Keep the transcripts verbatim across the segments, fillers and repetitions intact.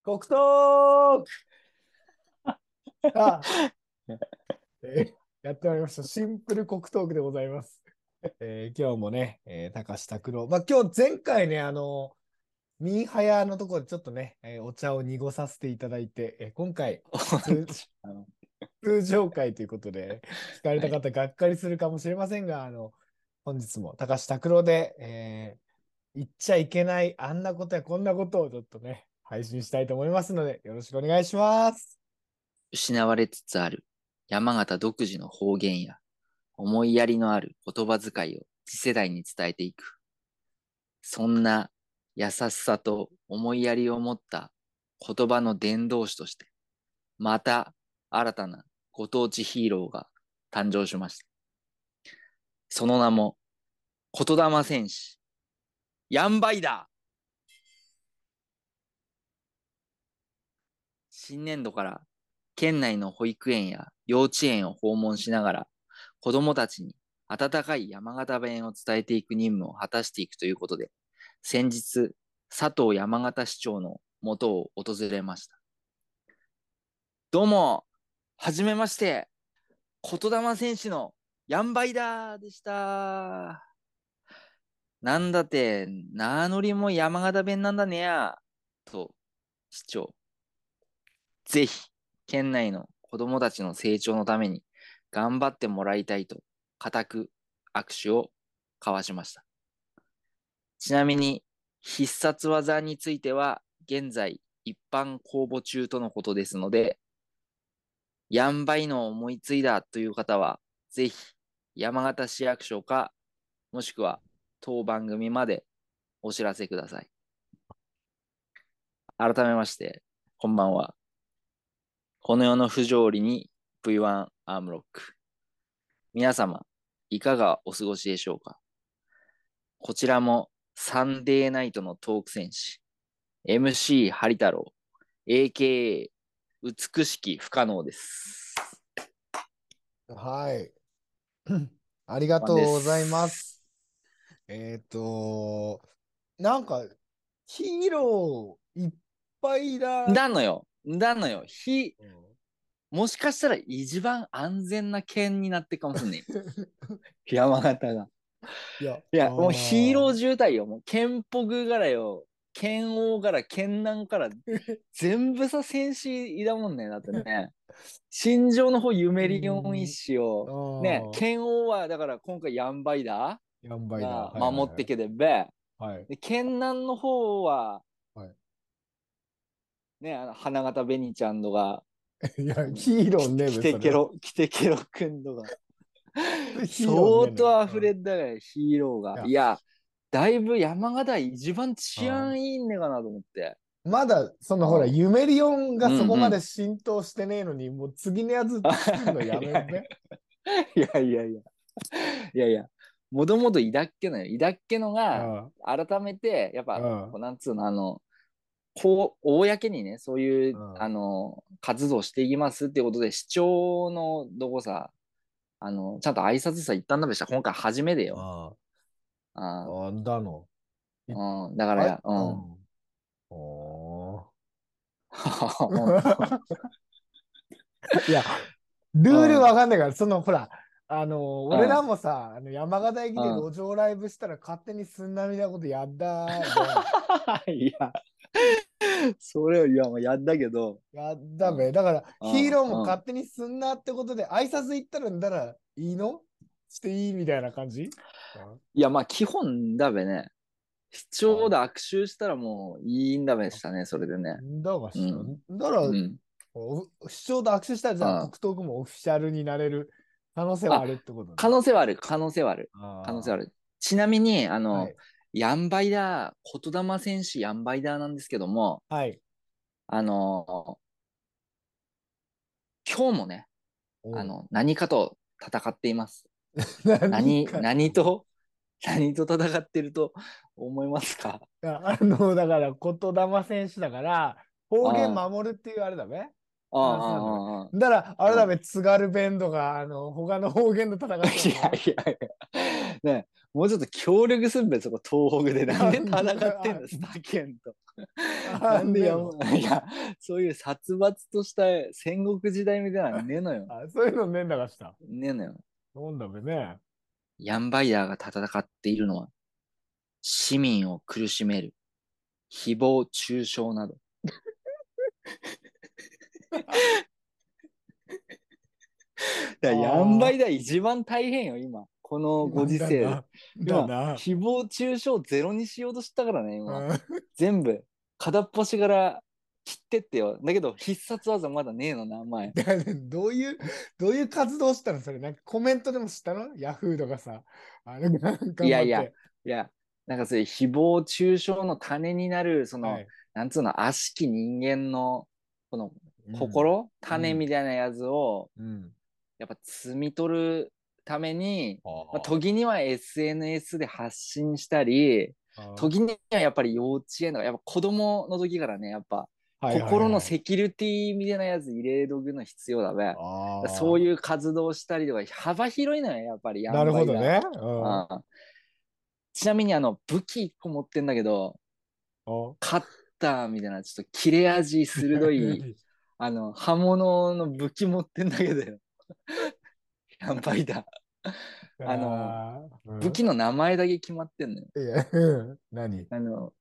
黒糖さあ、えーやってまいりました。シンプル黒トークでございます。えー今日もね、えー高橋拓郎。まあ、今日前回ね、あの、ミーハヤのところでちょっとね、えーお茶を濁させていただいて、えー今回通、 あの通常回ということで、聞かれはい。 た方がっかりするかもしれませんが、あの、本日も高橋拓郎で、えー言っちゃいけないあんなことやこんなことをちょっとね、配信したいと思いますので、よろしくお願いします。 失われつつある山形独自の方言や思いやりのある言葉遣いを次世代に伝えていく。そんな優しさと思いやりを持った言葉の伝道師として、また新たなご当地ヒーローが誕生しました。その名も言霊戦士、ヤンバイダー。新年度から県内の保育園や幼稚園を訪問しながら、子供たちに温かい山形弁を伝えていく任務を果たしていくということで、先日、佐藤山形市長の元を訪れました。どうも、はじめまして、言霊選手のヤンバイダーでした。なんだって、名乗りも山形弁なんだねや。と、市長。ぜひ、県内の子供たちの成長のために頑張ってもらいたいと、固く握手を交わしました。ちなみに、必殺技については、現在一般公募中とのことですので、やんばいの思いついだという方は、ぜひ、山形市役所か、もしくは当番組までお知らせください。改めまして、こんばんは。この世の不条理に ブイワン アームロック。皆様、いかがお過ごしでしょうか。こちらもサンデーナイトのトーク戦士、エムシー ハリ太郎、エーケーエー 美しき不可能です。 はい。ありがワンでとうございます。 す。えっと、なんか、ヒーローいっぱいだ。 だのよ。だのよ。ひ、 うん。 もしかしたら一番安全な県になってかもしれない。山形が。 いや、 いや、もうヒーローああ。 渋滞よ。もう県北からよ。県央から県南から全部さ、戦士だもんね。だってね。新庄の方ユうメリオン一ん。 子を。ね、 ああ。 県央はだから今回ヤンバイダヤンバイダー。 ーがはいはいはい。 守ってければ、 はい。 で、県南の方は、 はい。 ね、あの花形紅ちゃんとか、 いや、 あの、 ヒーローきねべ、それは。 きてけろ、きてけろくんとか、 ヒーローね相べ。 当溢れうん。 たよ、ヒーローが。 いや、 いや、だいぶ山形一番治ああ。 安いいんねかなと思って。 まだ、そのほら、 あユメリオンがうそこまでんうん。 浸透してねえのに、もう次のやつ作るのいややめんべ。 いやいやいや。いやいや。もともと抱っけのよ。抱っけのが、 あ改めて、やっぱ、 あ、 こうなんつうの、あの、こう、公にね、そういう、あああ、 の、活動していきますっていうことで、市長のどこさ、あの、ちゃんと挨拶さ行ったんだべした。今回初めてよ。 あああ、あんだの。いーうん、だからあい、 や、ううん。 ん。おー。いや、ルールわうん、 かんないから、そのほら、あの、俺らうん。 もさ、あの山形駅でうん。 路上ライブしたら勝手にすんなみなことやったべ。 いや、それよりはもうやったけど、 やったべ。 うん、 だから、 うん、 ヒーローもうん。 勝手にすんなってことで、挨拶行ったらんだらいいのしていいみたいな感じ。あいや、まあ、基本だべね。市長あ、 で握手したらもういいんだべしたね、それでね。 だがした。 うん、 だから、 うん、 お市長と握手したら、じゃあ、 うん。 特等区もオフィシャルになれる可能性はああ、 るってこと可ね。 能性はある、可能性はある。可能性はあある。ちなみに、ああ、はの、 い。 ヤンバイダー、言霊戦士ヤンバイダーなんですけども、 はい。 あの、今日もね、あおう。 の、何かと戦っています。何、 何かと。 何と、何と戦ってると思いますか？ いやあの、だから、言霊選手だから、方言あ守るっていうあれだべあ、 話なんだべ。 ああ、 だから、あれああ、あだべ、津軽弁とか、あの、他の方言で戦あ。 っとんの。 いやいやいや、ね、もうちょっと協力すんべ、そこ東北で。なんでなん戦ってんだ、 の、スタケンと。 あなんでやん、 ねえのいや、そういう殺伐とした戦国時代みたいなのねえのよ。 あ、そういうのねんだかした。 ねえのよ。 なんだべね。 ヤンバイダーが戦っているのは、市民を苦しめる、誹謗中傷など。だからヤンバああ、 イダー一番大変よ、今。このご今時世で。 だな。だ今、 な。 誹謗中傷ゼロにしようとしたからね、今。 うん。 全部、片っ端から切ってってよ。だけど、必殺技まだねえの、名前。 だどういう、どういう活動したのそれ？なんかコメントでもしたのヤフーとかさ。あの、がいやいや、 頑張って。 いや、なんかそういう誹謗中傷の種になる、その、 はい。 なんつうの、悪しき人間の、このうん。 心、種みうん。 たいなやつを、 うん。 やっぱ摘み取るために、まあ、時あには エスエヌエス で発信したり、 あ。 時にはやっぱり幼稚園とか、やっぱ子供の時からね、やっぱはいはい心のはい。 セキュリティみたいなやつ入れとくの必要だべ。そうああ。 いう活動したりとか、幅広いのよ、やっぱり、ヤなンバイだ。 るほどね。うん。 あちなみにあの、武器いっこ持ってんだけど、 おカッターみたいな、ちょっと切れ味鋭い、あの、刃物の武器持ってんだけどよ。ヤンバイだ。あの、 ああ、うん。 武器の名前だけ決まってんのよ。 いや、うん。何？ あの、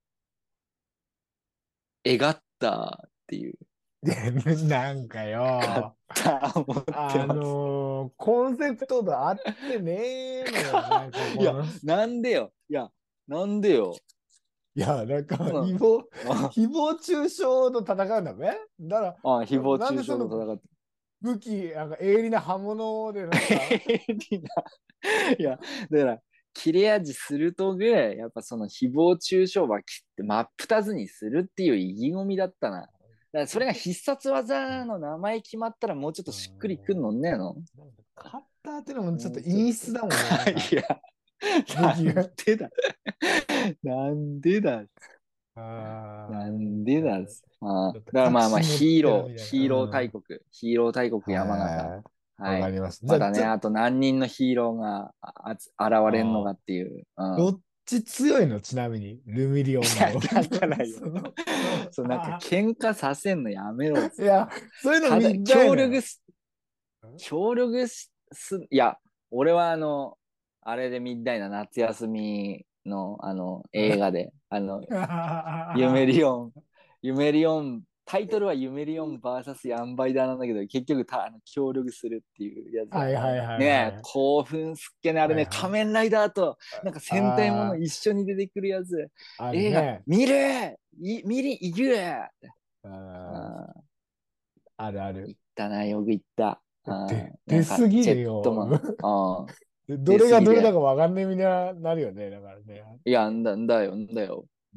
エガッターっていう、 いやなんかカッよ、 ター持ってあます。 のーコンセプトと合ってねえのよ。なんかいや、 この、 なんでよ。いや、なんでよ。 いや、なんか、 その、 誹謗、 あ、 誹謗中傷と戦うんだべだかあら、 誹謗中傷なんでそのと戦って。 武器、なんか鋭利な刃物でなんか、 いや、だから、切れ味鋭く、やっぱその誹謗中傷は切って真っ二つにするっていう意気込みだったな。だからそれが必殺技の名前決まったらもうちょっうとしっくりくんのん、 ねえの。 なんかカッターってのもちょっともうちょっ陰湿だもんね。なんと。 か、 いや、なん武器が。 でだ。なんでだ。なあんでだ。あーちょっとだからまあまあ隠し持っヒーロー、 てるみたいな。 ヒーローうん。 大国、ヒーロー大国山形。 はい。わはい。 かります。じゃあ、 まだね、 ちょっと、 あと何人のヒーローがあつ現れんのかあっていう。うん。 どっち強いのちなみに、ルミリいオンや、 の。 だからよ。 その、 そう、なんかあ喧嘩させんのやめろっつ。 いや、そういうのただ、 見たいのよ。 協力す、協力す、すいや、俺はあの、あれで見たいな、夏休みの、あの、映画で、あの、ユメリオン、ユメリオン、タイトルはユメリオン ブイエス ヤンバイダーなんだけど、結局たあの協力するっていうやつだね。 はいはいはいはいねえ、 はい。 興奮すっけね、あれね、 はいはい。 仮面ライダーと、なんか戦隊ものあ一緒に出てくるやつ。 あ、ある映画、 ね。 見るい見に行くあーああるある。 行ったな、よく行った。あで、出なんか、 すぎジェットるよ。 マン。あど出れがどれだすぎで。 かわかんないみんななるよね。だからね。 いや、んだ、んだよ、んだよ。 うん。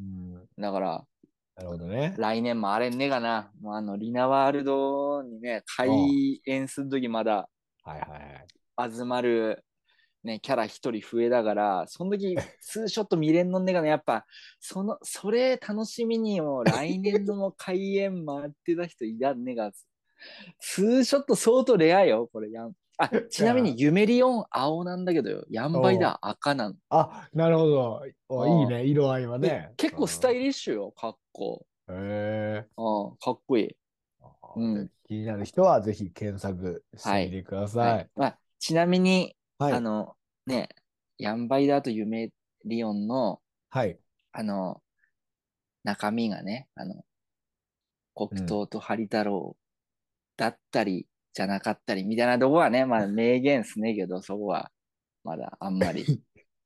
だから、 なるほどね。 来年もあれねえかな。もうあの、リナワールドにね、 うん。 開園するときまだ、 はいはいはい。 集まる、ね、キャラ一人増えだから、その時、ツーショット見れんのんねえかな。やっぱ、その、それ楽しみにも、来年のも開園回ってた人いらんねえが。ツーショット相当レアよ、これ。やんあ、 いちなみにや、 ユメリオン青なんだけどよ。ヤンバイおうダー赤なの。 あ、なるほど。お、いいあね。色合いはで、 ね。 結構スタイうリッシュよ、格好。 ん、へえ。 あかっこいい。うあじゃあん。 気になる人はぜひ検索してはい。 みてくだはい。 さい。 まあ、ちなみに、 はい。 あの、ね、ヤンバイダーとユメリオンの、 はい。 あの、中身がね、あの、黒うん。 糖とハリ太郎だったり、じゃなかったり、みたいなとこはね、まあ、明言すねけど、そこは、まだあんまり。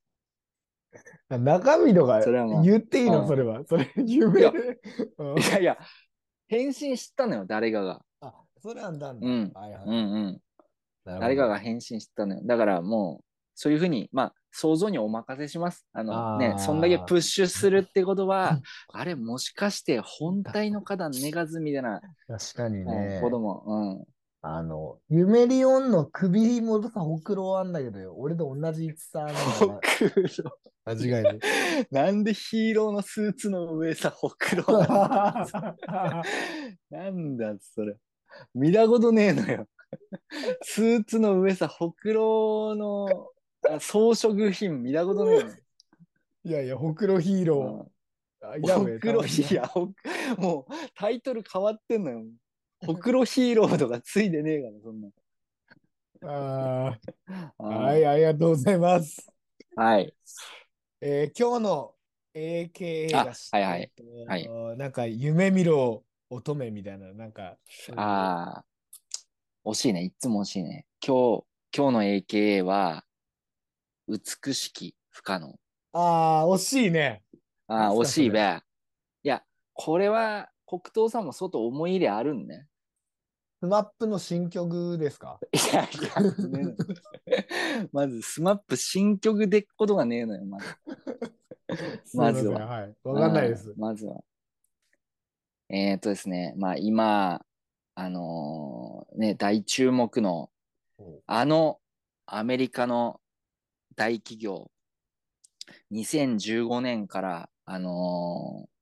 中身とかそれはま言っていいのあ、うん。 それは。それ、 いや、 夢で。うん。 いやいや、返信したのよ、誰かが。 あ、それはなんだ。 うん。 はいはいうんはい。 うん。誰かなるほど。 が返信したのよ。だからもう、そういうふうに、まあ、想像にお任せします。あのね、そんだけあプッシュするってことは、 あ。 あれ、もしかして本体の花壇ネガズみたいな、 確かにうん、子ね。 供、うん。 あの、ユメリオンの首に戻すほくろあんだけどよ。俺と同じいつさなんか、 ほま、 くろ。 間違いで。 なんでヒーローのスーツの上さ、ほくろあんだ。なんだ、それ。見たことねえのよ。スーツの上さ、ほくろのあ装飾品見たことねえの。 いやいや、ほくろヒーロうんやべえ、 ほくろ楽しみ。 いや、ほもうタイトル変わってんのよ。ほくろヒーローとかついてねえから、そんな。 ああ、はあい、ありがとうございます。 はい。 えー今日の エーケーエー があ、 し、 はいはい。 えっと、 はい。 なんか夢見ろ乙女みたいな、なんか、そういう。 ああ、惜しいね。いつも惜しいね。今日、今日の エーケーエー は、美しき不可能。 ああ、惜しいね。なんああ、惜すか、それ。 しいべ。いや、これは黒糖さんも相当思い入れあるんね。 スマップの新曲ですか？ いやいや、ねえのよ。まず、スマップ新曲でっことがねえのよ、まず。 すいません。 まずは。 はい。わかんないでうん、 す。 まずは。えっとですね、まあ今、あのーね、大注目の、 おあのアメリカの大企業、にせんじゅうごねんから、あのー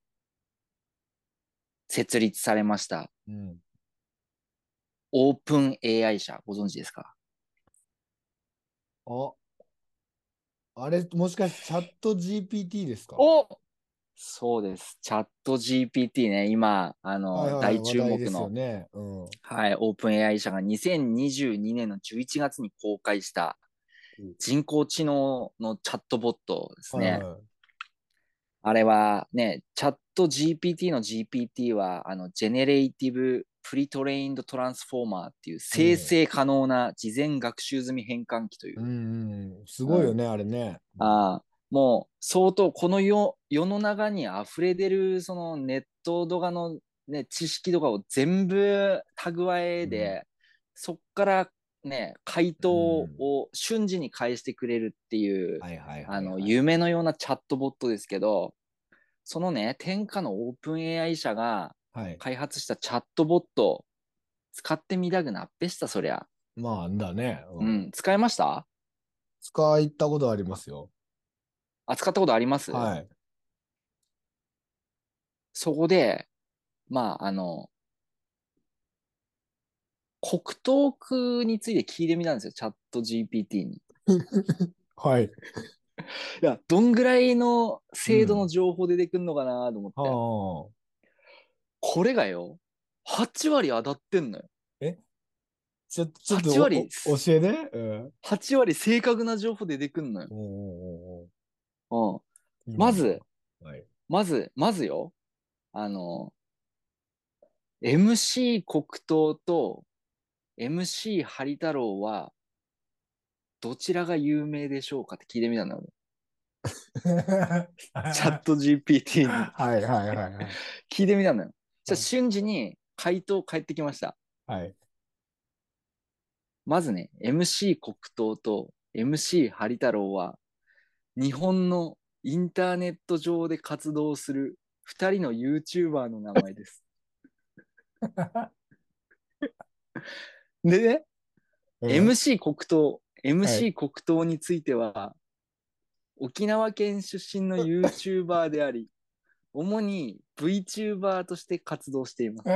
設立されましたうん。 オープン エーアイ 社、ご存知ですか？ あ、あれ、もしかしてチャット ジーピーティー ですか？ おそうです。チャット ジーピーティー ね、今、あの、 はいはいはい、 大話題ですよ注目の、 ね。うん。 はい、オープン エーアイ 社がにせんにじゅうにねんのじゅういちがつに公開した人工知能のチャットボットですね。 はいはい。 あれはね、チャット ジーピーティー の ジーピーティー は、あの、ジェネレイティブプリトレインドトランスフォーマーっていう生おう。 成可能な事前学習済み変換器という、 うんうん。すうん、 ごいよね、あれね。うん。 ああ、もう相当この世、世の中に溢れ出るそのネットとかの、ね、知識とかを全部蓄えうん。 で、そっからね、回答うん。 を瞬時に返してくれるっていう、 はいはいあの、 はいはい。 夢のようなチャットボットですけど、そのね、天下のオープン エーアイ 社がはい。 開発したチャットボット、使ってみたくなっぺした、そりゃ。 まあ、だね。うん。 うん、使いました？ 使ったことありますよ。 あ、使ったことあります？ はい。 そこで、まあ、あの、黒トークについて聞いてみたんですよ、チャット ジーピーティー に。いはい。 や、どんぐらいのうん。 精度の情報出てくるのかなと思って。 はあ。 これがよ、はち割当たってんのよ。 え、ちょ、ちょっとはち割、 お、お、教えて。うん。 はち割正確な情報出てくんのよ。 おーおーおーおー、 うん。 気になるな。 まず、 はい。 まず、まずよ、あの、エムシー 黒糖と エムシー ハリ太郎はどちらが有名でしょうかって聞いてみたんだよ。チャット ジーピーティー にはいはいはいはい。 聞いてみたんだよ。じゃあはい。 瞬時に回答返ってきました。 はい。 まずね、エムシー 黒糖と エムシー ハリ太郎は日本のインターネット上で活動するふたりの YouTuber の名前です。でね、 うん。 エムシー 黒糖、 はい。 エムシー 黒糖については沖縄県出身の YouTuber であり、主に VTuber として活動しています。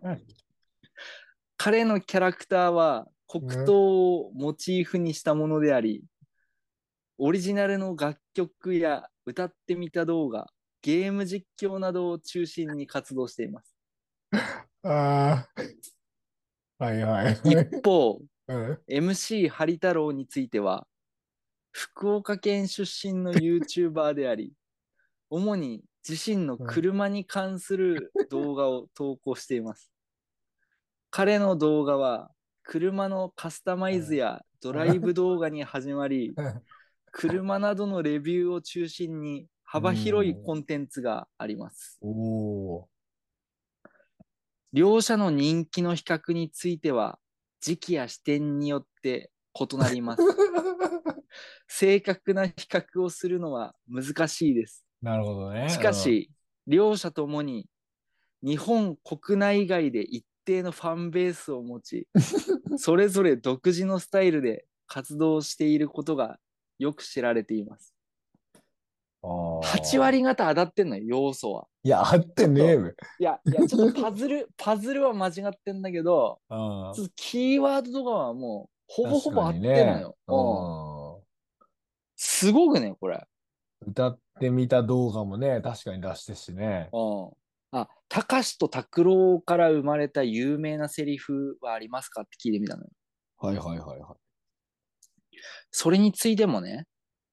彼のキャラクターは黒うん。 糖をモチーフにしたものであり、オリジナルの楽曲や歌ってみた動画、ゲーム実況などを中心に活動しています。 ああ、はいはいは一い。 方、 うん。 エムシー ハリ太郎については、福岡県出身の YouTuber であり、主に自身のうん。 車に関する動画を投稿しています。彼の動画は、車のカスタマイズやドライブ動画に始まり、車などのレビューを中心にう幅広いん。 コンテンツがあります。 おお。 両者の人気の比較については、時期や視点によって異なります。正確な比較をするのは難しいです。 なるほどね。 しうん。 かし、両者ともに日本国内外で一定のファンベースを持ち、それぞれ独自のスタイルで活動していることがよく知られています。 あはちあ。 割方当たってんのよ、要素は。 いや、合ってちょっと、 ねえべ。 いや、いや、ちょっとパズル、パズルは間違ってんだけど、 ああ。 ちょっとキーワードとかはもう、ほぼ確かほぼ合っにね。 てんのよ。 ううん。 ん。 すごくね、これ。 歌ってみた動画もね、確かに出してしね。 うん。あ、たかしと拓郎から生まれた有名なセリフはありますかって聞いてみたのよ。 はいはいはいはそれについてもね、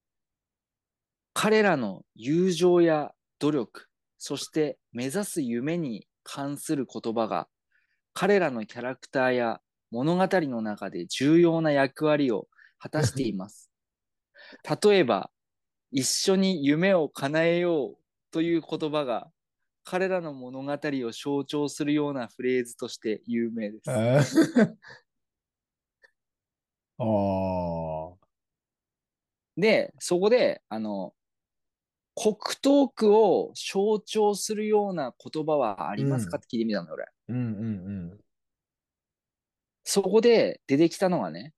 彼らの友情や努力、そして目指す夢に関する言葉が、彼らのキャラクターや物語の中で重要な役割を果たしています。例えば、一緒に夢を叶えようという言葉が、彼らの物語を象徴するようなフレーズとして有名でい。 す。 えーああ。 で、そこで、あの、黒糖区を象徴するような言葉はありますかっうん。 て聞いてみたのよ、俺。 うんうんうん。 そこで出てきたのがね、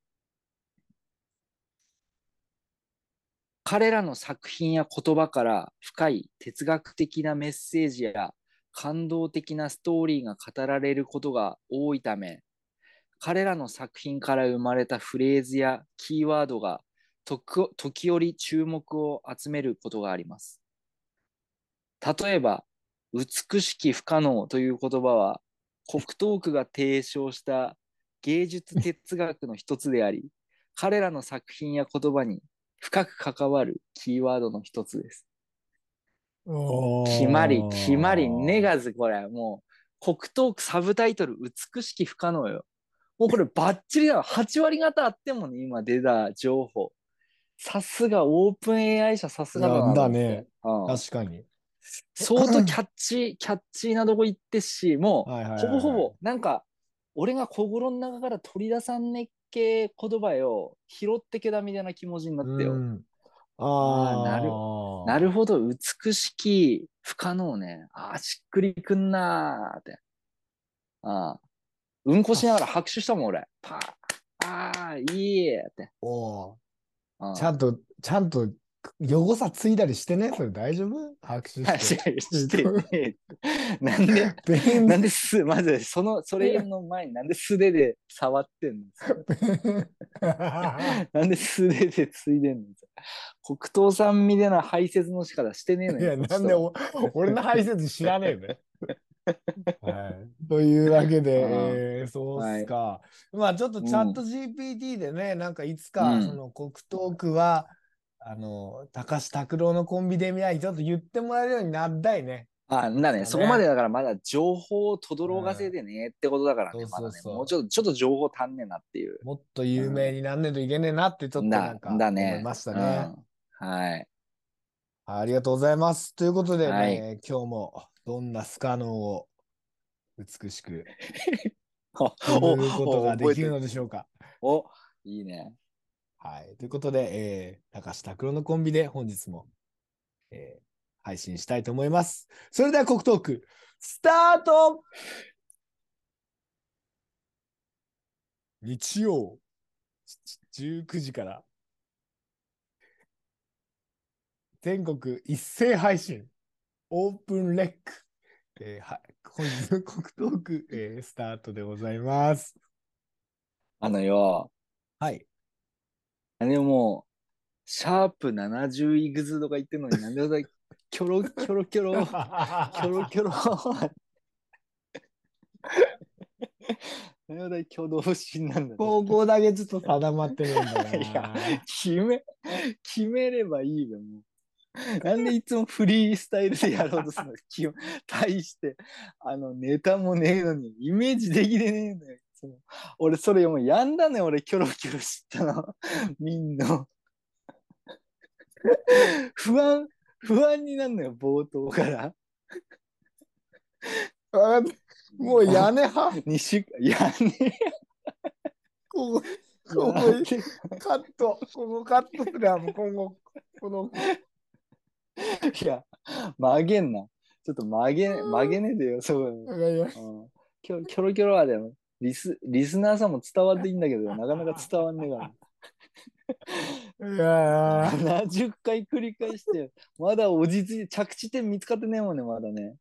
彼らの作品や言葉から深い哲学的なメッセージや感動的なストーリーが語られることが多いため、彼らの作品から生まれたフレーズやキーワードが時折注目を集めることがあります。例えば、美しき不可能という言葉は、黒糖区が提唱した芸術哲学の一つであり、彼らの作品や言葉に深く関わるキーワードの一つです。決まり、決まり、ネおー。 ガズ、これ、もう、黒糖区サブタイトル、美しき不可能よ。もうこれバッチリだわ。はち割方あってもね、今出た情報。さすがオープン エーアイ 社さすがだいや、 なと思って。 だね。 うん。 確かに。 相当キャッチー、キャッチーなとこ行ってし、もう、 はいはいほぼほぼ、 はいはい。 なんか、俺が心の中から取り出さんねっけ言葉よ、拾ってけだみたいな気持ちになうってよ。 ん。 ああ、なる、なるああ。 ほど、美しき不可能ね。ああ、しっくりくんなーって。ああ、うんこしながら確か、 拍手したもん、俺。パー。ああ、いいって。 おー。ちゃあんと、ちゃんと、汚さついだりしてね。それ大丈夫？拍手しあ、 て。 してねえ。なんで、 便利。 なんです、まず、その、それの前になんで素手で触ってんのそれ。なんで素手でついでんの黒糖さんみたいな排泄の仕方してねえのよ、 いや、 こっちとら。 なんでお、俺の排泄知らねえべ。はい。というわけあで、えーそうっあ、はい。 すか。まあちょっとうチャットん、 ジーピーティー でね、なんかいつかそうん。 の黒糖区は、あの、高橋拓郎のコンビで見合いちょっと言ってもらえるようになったいね。 あ、 いつだね。そこまでかね。 だからまだ情報をう轟かせん。 てねってことだからね。 そうそうまだね。もうちそょっと、ちょっと情報足んねえなっていう。 う。もっと有名になんねえといけねえなってちょっとなだ、 んかだね。 思いましたうん。 ね。 はい。 ありがとうございます。ということではい。 ね、今日もどんな不可能を美しくお、 紡ぐことお、 ができる覚えてる。 のでしょうか。 お、いいね。 はい。ということで、えー、高橋拓郎のコンビで本日も、えー配信したいと思います。それでは、国トーク、スタート。日曜じゅうくじから全国一斉配信、オープンレック。えーはい、本日の国トーク、えースタートでございます。 あのよ、 はい。 あれもう、シャープななじゅういくつとか言ってんのになんでだ、キョロキョロキョロ、キョロキョロ、なんで挙動不審なんだね。 高校だけちょっと定まってねえんだいや、 な。 決め、決めればいいよ、もう。なんでいつもフリースタイルでやろうとするの気を対して、あの、ネタもねえのに、イメージできてねえのよ。その俺、それもうやんだね、俺、キョロキョロしたの。みんな。不安、不安になるのよ、冒頭から。 あもう屋根派。 に週間、やねここ、 え。 ここなんで、 カット。ここカットすればもう今後、この、 いや、曲げんな。ちょっと曲げ、曲げねえでよ、そう。 わかりましうん、キョキョロキョロはでも、リス、リスナーさんも伝わっていいんだけど、なかなか伝わんねえから。 た。いやななじゅっかい繰り返して、まだ落ち着いて、着地点見つかってねえもんね、まだね。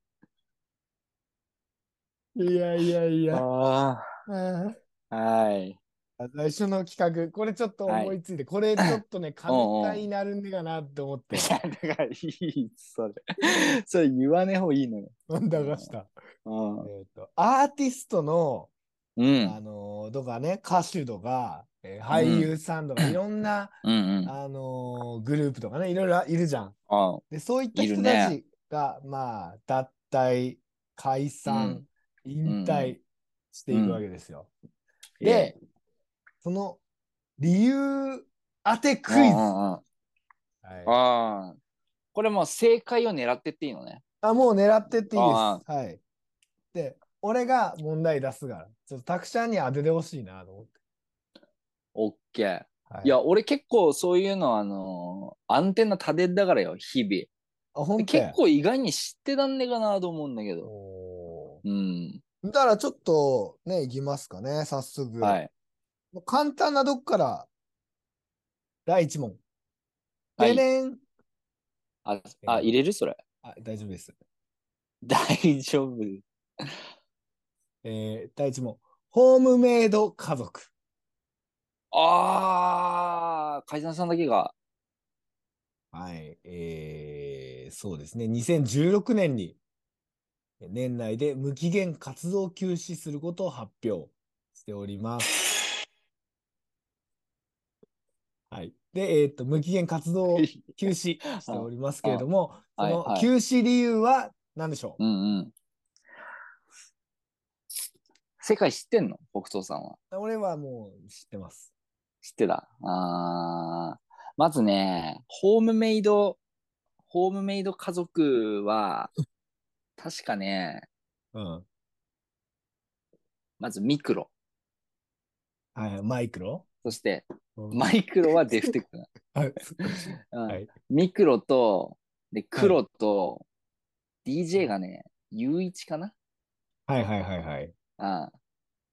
ー、いやいやいや。 ああーあ、はい。 あ最初の企画、これちょっと思いついて、これちょっとね、神回になるんねがなって思って、 いや、だからいい、それ。それ言わねえ方がいいのよ。 流した。 うん。 えっと、アーティストの、 うん。 あのーとかね、歌手とか、えー俳うん。 優さんとか、いろんな、 うんうん。 あのーグループとかね、いろいろいるじゃん。 あ、 で、そういったいるね。 人たちが、まあ、脱退、解散、 うん。う引ん退してうん。 いくわうん。 けですよ。 イェイ。 で、その理由当てうんうクイズ。 んうん。 はい。 ああ。これもう正解を狙ってっていいのね。 あ、もう狙ってっていいです。 ああ。 はい。で、俺が問題出すから、ちょっとたくちゃんに当ててほしいなと思って。 オッケー。 はい。 いや、俺結構そういうの、あのーアンテナ立てだからよ、日々。 あ、本で当や。 結構意外に知ってたんねえかなと思うんだけど。 おうん。 ー。だからちょっとね、いきますかね、早速。 はい。 簡単なとこからだいいち問。 はい。 でねん。 あ、あ、入えーれるそれ。 あ、大丈夫です。 大丈夫。 えー、だいいち問。ホームメイド家族。 ああ、海さんさんだけが。 はい。えー、そうですね。にせんじゅうろくねんに年内で無期限活動休止することを発表しております。はい。で、えっと、無期限活動休止しておあ、 りますけれあ、 ども、そはい、はい。 の休止理由は何でしょうんうん。世界知ってんの北斗さんは。 う？俺はもう知ってます。 知ってた。あー、まずね、ホームメイド、ホームメイド家族は、確かね、 うん。 まずミクロ。 はい、マイクロ。 そして、 うん。 マイクロはデフテックな。 はい。 うん。 はい。 ミクロと、で、 はい。 黒と、ディージェー がね、ユーイチかな。 はいはいはいはい。 うん。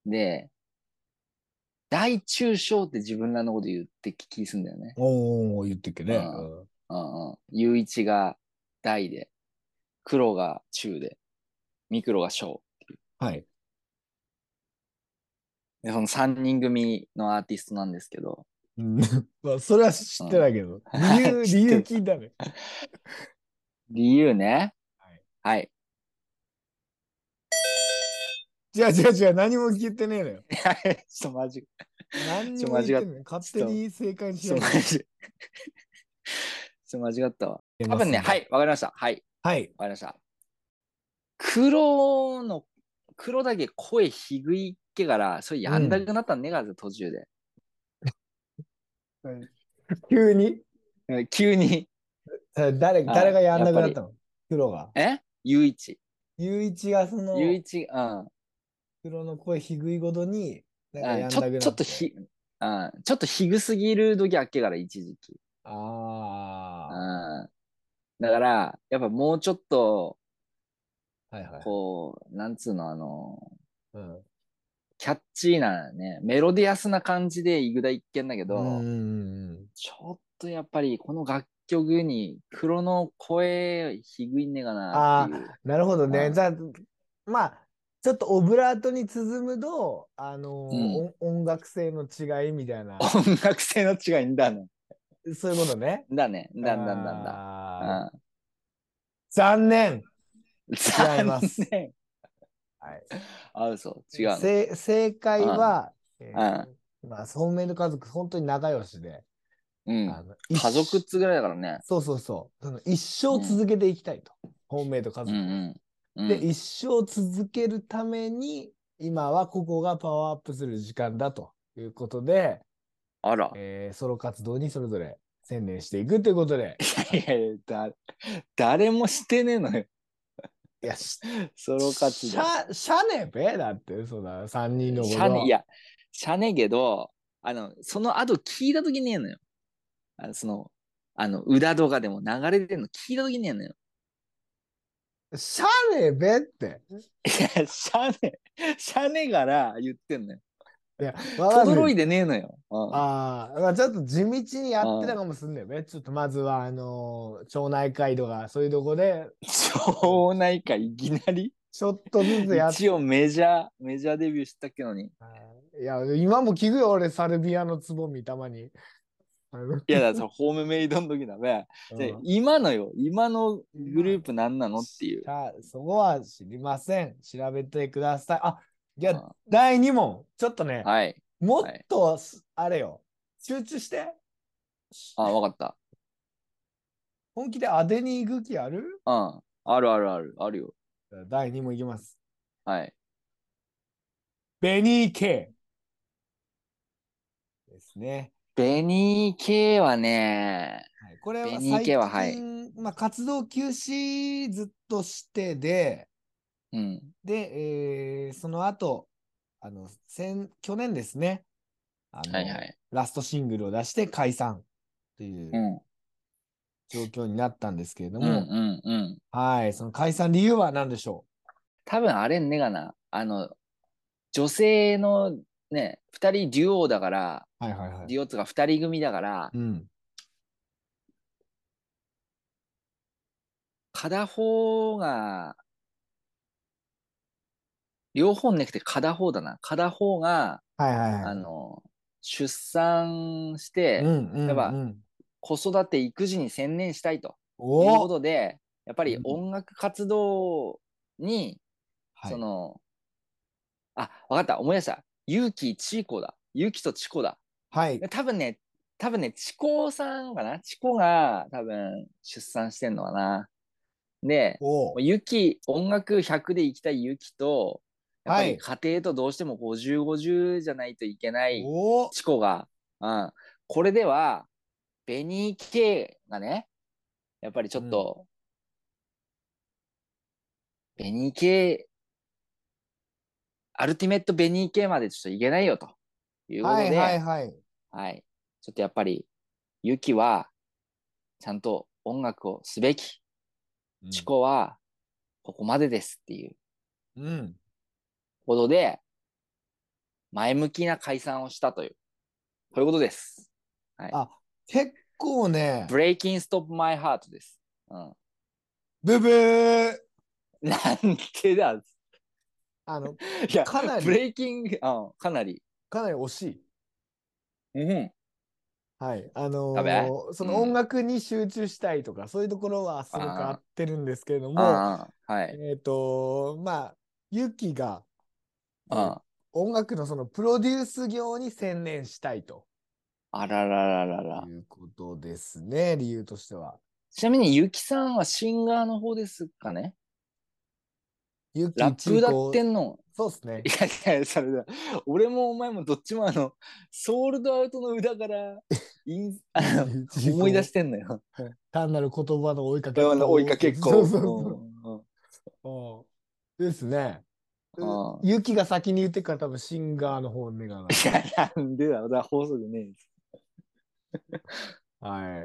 で、大中小って自分らのこと言って気すんだよね。 おー、言ってっけね。 うん。 うん。 うんうん。ユーイチが大で、黒が中で、ミクロが小。 はい。 で、そのさんにん組のアーティストなんですけど、 うん。まあ、それは知ってうん。 ないけど、理由、理由知ってる。 聞いたね。 理由ね。 はい。 はい。 違う違う違う、何も言ってねえのよ。 ちょっと間違、 何にちょっと間違っ、 も言ってんのよ。勝手ちょっと、 に正解にしちょないでよ。 っと間違、ちょっと間違ったわ。 出多分ね、 ますんで。 はい、わかりました。はい、 はい。 わかりました。黒の、黒だけ声低いっけから、それやんなうん。 くなったんねがず、途中で。 はい。急にうん急に、 え誰、誰あ、 がやんやっぱり、 なくなったの？黒が。 え ?ユーイチ。 ゆういちがそのユーイチ、うん、 黒の声低いごとに、なんかうん、ちょ、 やんなくちょなって。 っとひ、うん、ちょっと低すぎる時あっけから、一時期。うあん。だから、やっぱもうちょっと、 あ。はいはいはい。 こう、なんつうの、あの、 うん。 キャッチーなね、メロディアスな感じでイグダ一見だけうんうど、 んうん。 ちょっとやっぱりこの楽曲に黒の声低いんねえかなっていう。 ああ、なるほどね。 うん。 じゃあ、まあ、ちょっとオブラートに包むと、あのーうん。 音音楽性の違いみたいな、 音楽性の違いんだね。 そういうことね。 だね。だんだんだんだ。 あー、 う残念。 ん。 違い残ます。 念。 はい。 あ、嘘。違うの。 正正うん。 解は、えうん。 ーまあ、ソーメイド家族、本当に仲良しで、 うん。 あの、 家族っ一つぐらいだからね。 そうそうそう。その一生うん。 続けていきたいと。ホームメイド家うん族を。 うん。うで、 ん。 一生続けるために、今はここがパワーアップする時間だということで、 あら。 えーソロ活動にそれぞれ専念していくということで、 いやいや、だ、誰もしてねえのよ。 いや、し、 ソロ活動。 しゃ、しゃねべだって、そうだ、三人のしゃね、いこと。 や、しゃねえけど、あの、その後聞いたときねえのよ。あの、その、あの、歌とかでも流れてるの聞いたときねえのよ。 しゃねべって。 いや、しゃねえ、しゃねえから言ってんのよ。 いや、わかんない。 とどろいでねえのよ。うん。 ああ、まあ、ちょっと地道にやってうん。 たかもしんないよね。ちょっとまずは、あのー町内会とか、そういうとこで、 町内会いきなりちょっとずつやっ、 一応メジャー、メジャーデビューしたっけのに。 あいや、今も聞くよ、俺、サルビアのつぼみ、たまに。あのいや、だからそのホームメイドの時だべ。で、 うん今のよ、今のグ今ループ何なのっていう。 しゃそこは知りません。調べてください。あ、じゃあ、 あだいに問。ちょっとね、 はい。 もっはい。 と、あれよ、集中して。 あ、わかった。 本気で当てに行く気ある？ うん。あるあるある。あるよ。 だいに問いきます。 はい。 ベニー系ですね。 ベニー系はね、 はい、これベは最ニー系は、はい。 近、まあ、活動休止ずっとしてで、 うん。 で、えーその後、あの、先、去年ですね、あの、 はいはい。 ラストシングルを出して解散といううん。 状況になったんですけれどうんも、 うんうん。 はい、その解散理由は何でしょ多分あれんねがな。あの、女性のね、二人デュオだから、 う？はいはいはい。 デュオとか二人組だから、 うん。 片方が、両方なくて片方だな。片方が、 はいはいはい。 あの、出産しうて、 んうんやっぱうん。 子育て育児に専念したいというこお、 とで、やっぱりうん。 音楽活動に、 はい。 その、あ、わかった、思い出した。ゆうきちこだ。ゆうきとちこだ。 はい。 で多分ね、多分ね、ちこさんかなちこが多分出産してんのかな。で、 お、 ゆき、音楽ひゃくで行きたいゆきと、やっぱりはい。 家庭とどうしてもごじゅう、ごじゅうじゃないといけないお、 チコが、うん、これでは、ベニー系がね、やっぱりちょうん。 っと、ベニー系、アルティメットベニー系までちょっといけないよというこはいはいとで、 はい。 はい。ちょっとやっぱり、ユキは、ちゃんと音楽をすべき。チうん。 コは、ここまでですっていううん。 ことで、前向きな解散をしたという、こういうことです。はい。 あ、結構ね、 Breaking Stop My Heart です。うん。 ブブー。 なんでだ。 あの、 いや、 かなり、 ブレイキング、あ、かなり。 かなり惜しい。 うん。 はい。あやべのーその音うん。 楽に集中したいとか、そういうところはすごく合あってるんですけれどあ、 も、 ああ、はい。 えっと、まあ、ユキが、えーあ音楽のそのプロデュース業に専念したいとあ、あららららら。 いうことですね、理由としては。 ちなみに、ゆきさんはシンガーの方ですかね？ ユキラップ歌ってチコ、 んの？ そうですね。 いやいや、それだ。俺もお前もどっちもあの、ソールドアウトの歌から、イン、あユの、 キチ思い出しコ、 てんのよ。 単なる言葉の追いかけっあの追いかこって、 けっそうこ。 そうそうんうんう。うんですね。 うんユキが先に言ってから多分シンガーの方を願うな。 いや、なんでだ、だから放送でねえです。 はい。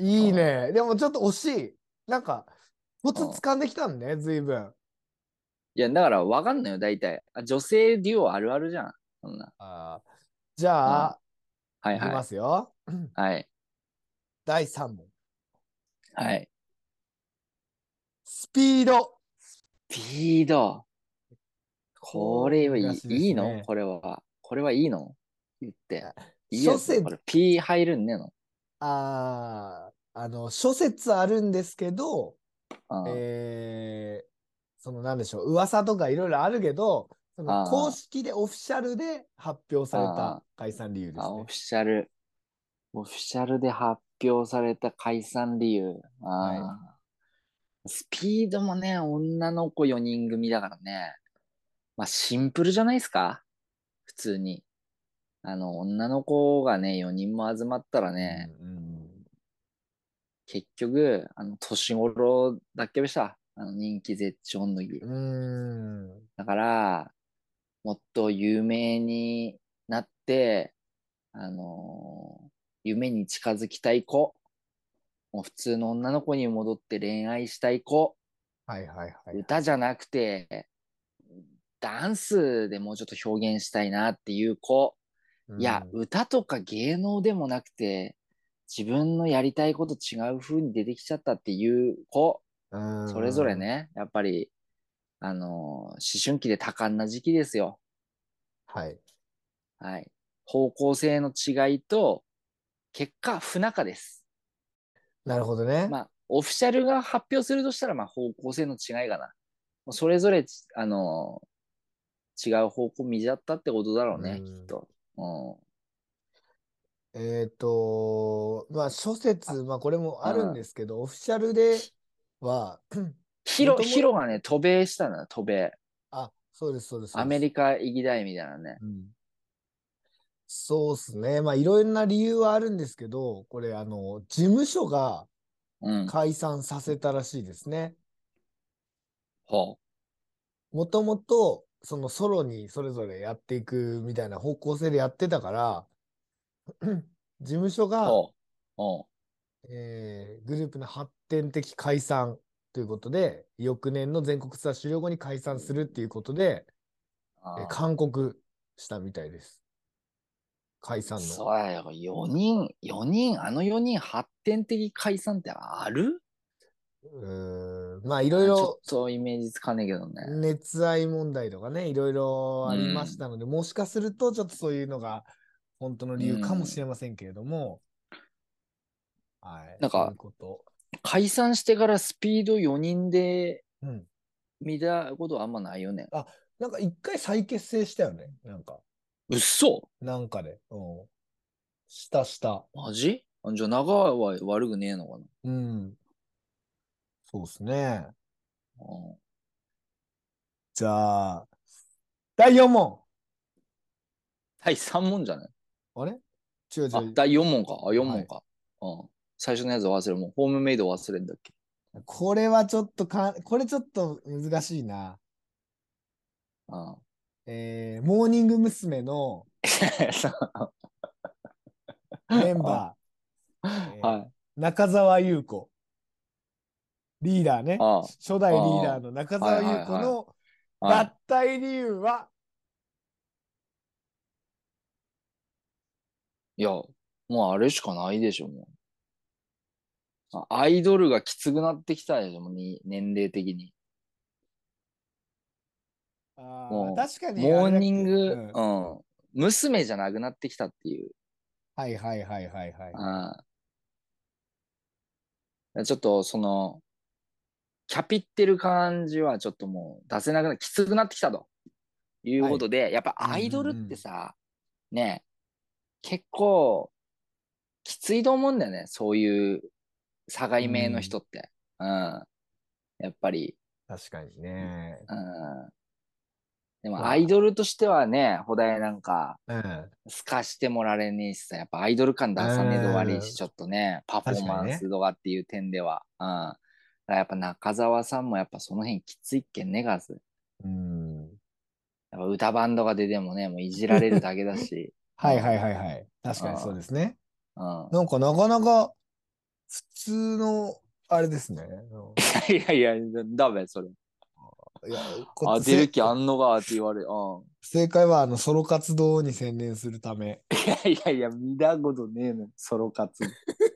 うん。 いいね。でもちょっと惜しい。なんか、コツうん。 掴んできたんね、随分。 いや、だからわかんないよ、大体。あ、女性デュオあるあるじゃん。そんな。 あーじうん。 ゃあ、いきまはいはい。 すよ。 はい。 だいさん問。 はい。 スピード。 ピード。ここう、 れはいい、 難しいでいいのすね。 これは。これはいいの言って。いいやつ。こ諸説、 れ、ピー入るんねえの。 あー、あの、諸説あるんですけど、 うん。あえー、そのなんでしょう、噂とかいろいろあるけど、その公あ、 式でオフィシャルで発表されたあ解散理由であ、あ、オすね。 フィシャル。オフィシャルで発表された解散理由。 はい。 ああ。スピードもね、女の子よにん組だからね。まあ、シンプルじゃないですか普通に。あの、女の子がね、よにんも集まったらうんね、 うん。 結局、あの、年頃だっけでした。あの、人気絶頂の時。 うーん。 だから、もっと有名になって、あのー夢に近づきたい子、もう普通の女の子に戻って恋愛したい子、 はいはいはいはい。 歌じゃなくて、ダンスでもうちょっと表現したいなっていう子、いや、 うん。 歌とか芸能でもなくて、自分のやりたいこと違う風に出てきちゃったっていう子、 うそれぞれん。 ね、やっぱり、あのー思春期で多感な時期ですよ。 はい。 はい。方向性の違いと、結果、不仲です。 なるほどね。 まあ、オフィシャルが発表するとしたら、まあ、方向性の違いかな。それぞれ、あの、違う方向見ちゃったってことだろううね、きっん。 と。うん。 えっと、まあ諸説、まあこれもあるんうん。 ですけど、オフィシャルでは、 ヒロ、 もとも、 ヒロがね、渡米したのよ、渡米。 あ、そうです、そうです、そうです。 アメリカ行きたいみたいなね。 うん。そうですね。まあいろんな理由はあるんですけど、これ、あの、事務所がうん。 解散させたらしいですね。 ほもともと、そのソロにそれぞれやっていくみたいな方向性でやってたから、事務所う。 が、 ほう。ほえーグループの発展的解散ということで、翌年の全国ツアー終了後に解散するっていうことで、 う。あえーあ。 勧告したみたいです。解散の。 そうやよ。よにん、よにん、あのよにん発展的解散ってある？ うーん、まあいろいあ、ちょっろとイメージつかねえけどね。 熱愛問題とかね、いろいろうありましん。 たので、もしかするとちょっとそういうのが本当のう理由かもしれん。 ませんけれども、はい、そういうなんか、 こと。 解散してからスピードよにんでうん。 見たことはあんまないよね。 あ、なんか一回再結成したよね。なんか、 うっそ。 なんかで。うん。したした。 マジ？あ、じゃあ長は悪くねえのかな。 うん。そうですね。 うん。 じゃあ、だいよん問。 第さん問じゃない？ あれ違うあ、 違第よん問か。あ、 う。 4 はい。 問か。うん。最初のやつ忘れ、もうホームメイド忘れんだっけ。 これはちょっとか、これちょっと難しいな。 うん。 えー、モーニング娘。のメンバー、えーはい。 中澤優子。リーダーね。 あ初あ、 代リーああ、 ダーの中はい澤優はいはい。 子のはい。 脱退理由は、 いや、もうあれしかないでしょ、もう。あアイドルがきつくなってきたでしょ、もうに年齢的に。 あー、 もう、 確かにあモーニンれだっけ。うグ、 ん。 うん、娘じゃなくなってきたっていう。 はいはいはいはいはいはい。 ああ、ちょっと、その、キャピってる感じはちょっともう出せなくな、きつくなってきたというはい。 ことで、やっぱうんうアイドルっんうん。 てさ、ね、結構きついと思うんだよね。そういう境う目のん。 人って。うん。やっぱり。 確かにね。 うん。でもアイドまルとしてはね、ほだいなんか、 あ、 透かしてもられねえしさ、やっぱアイドル感う出さねえと悪いん。うし、 ん。 ちょっとね、パフォーマン確かにね。 スとかっていう点では。うん。だからやっぱ中澤さんもやっぱその辺きついっけんねがず。 うん。 やっぱ歌バンドが出てもね、もういじられるだけだし。うん。 はいはいはいはい。確かにそううん。 ですね。 うん。 なんかなかなか普通の、あれですね。ういやいや、ダメ、それ。 ん。いや、こ当てるせ、 気あんのかって言われる。うん。 正解はあのソロ活動に専念するため。 いやいやいや、見たことねえのよ、ソロ活。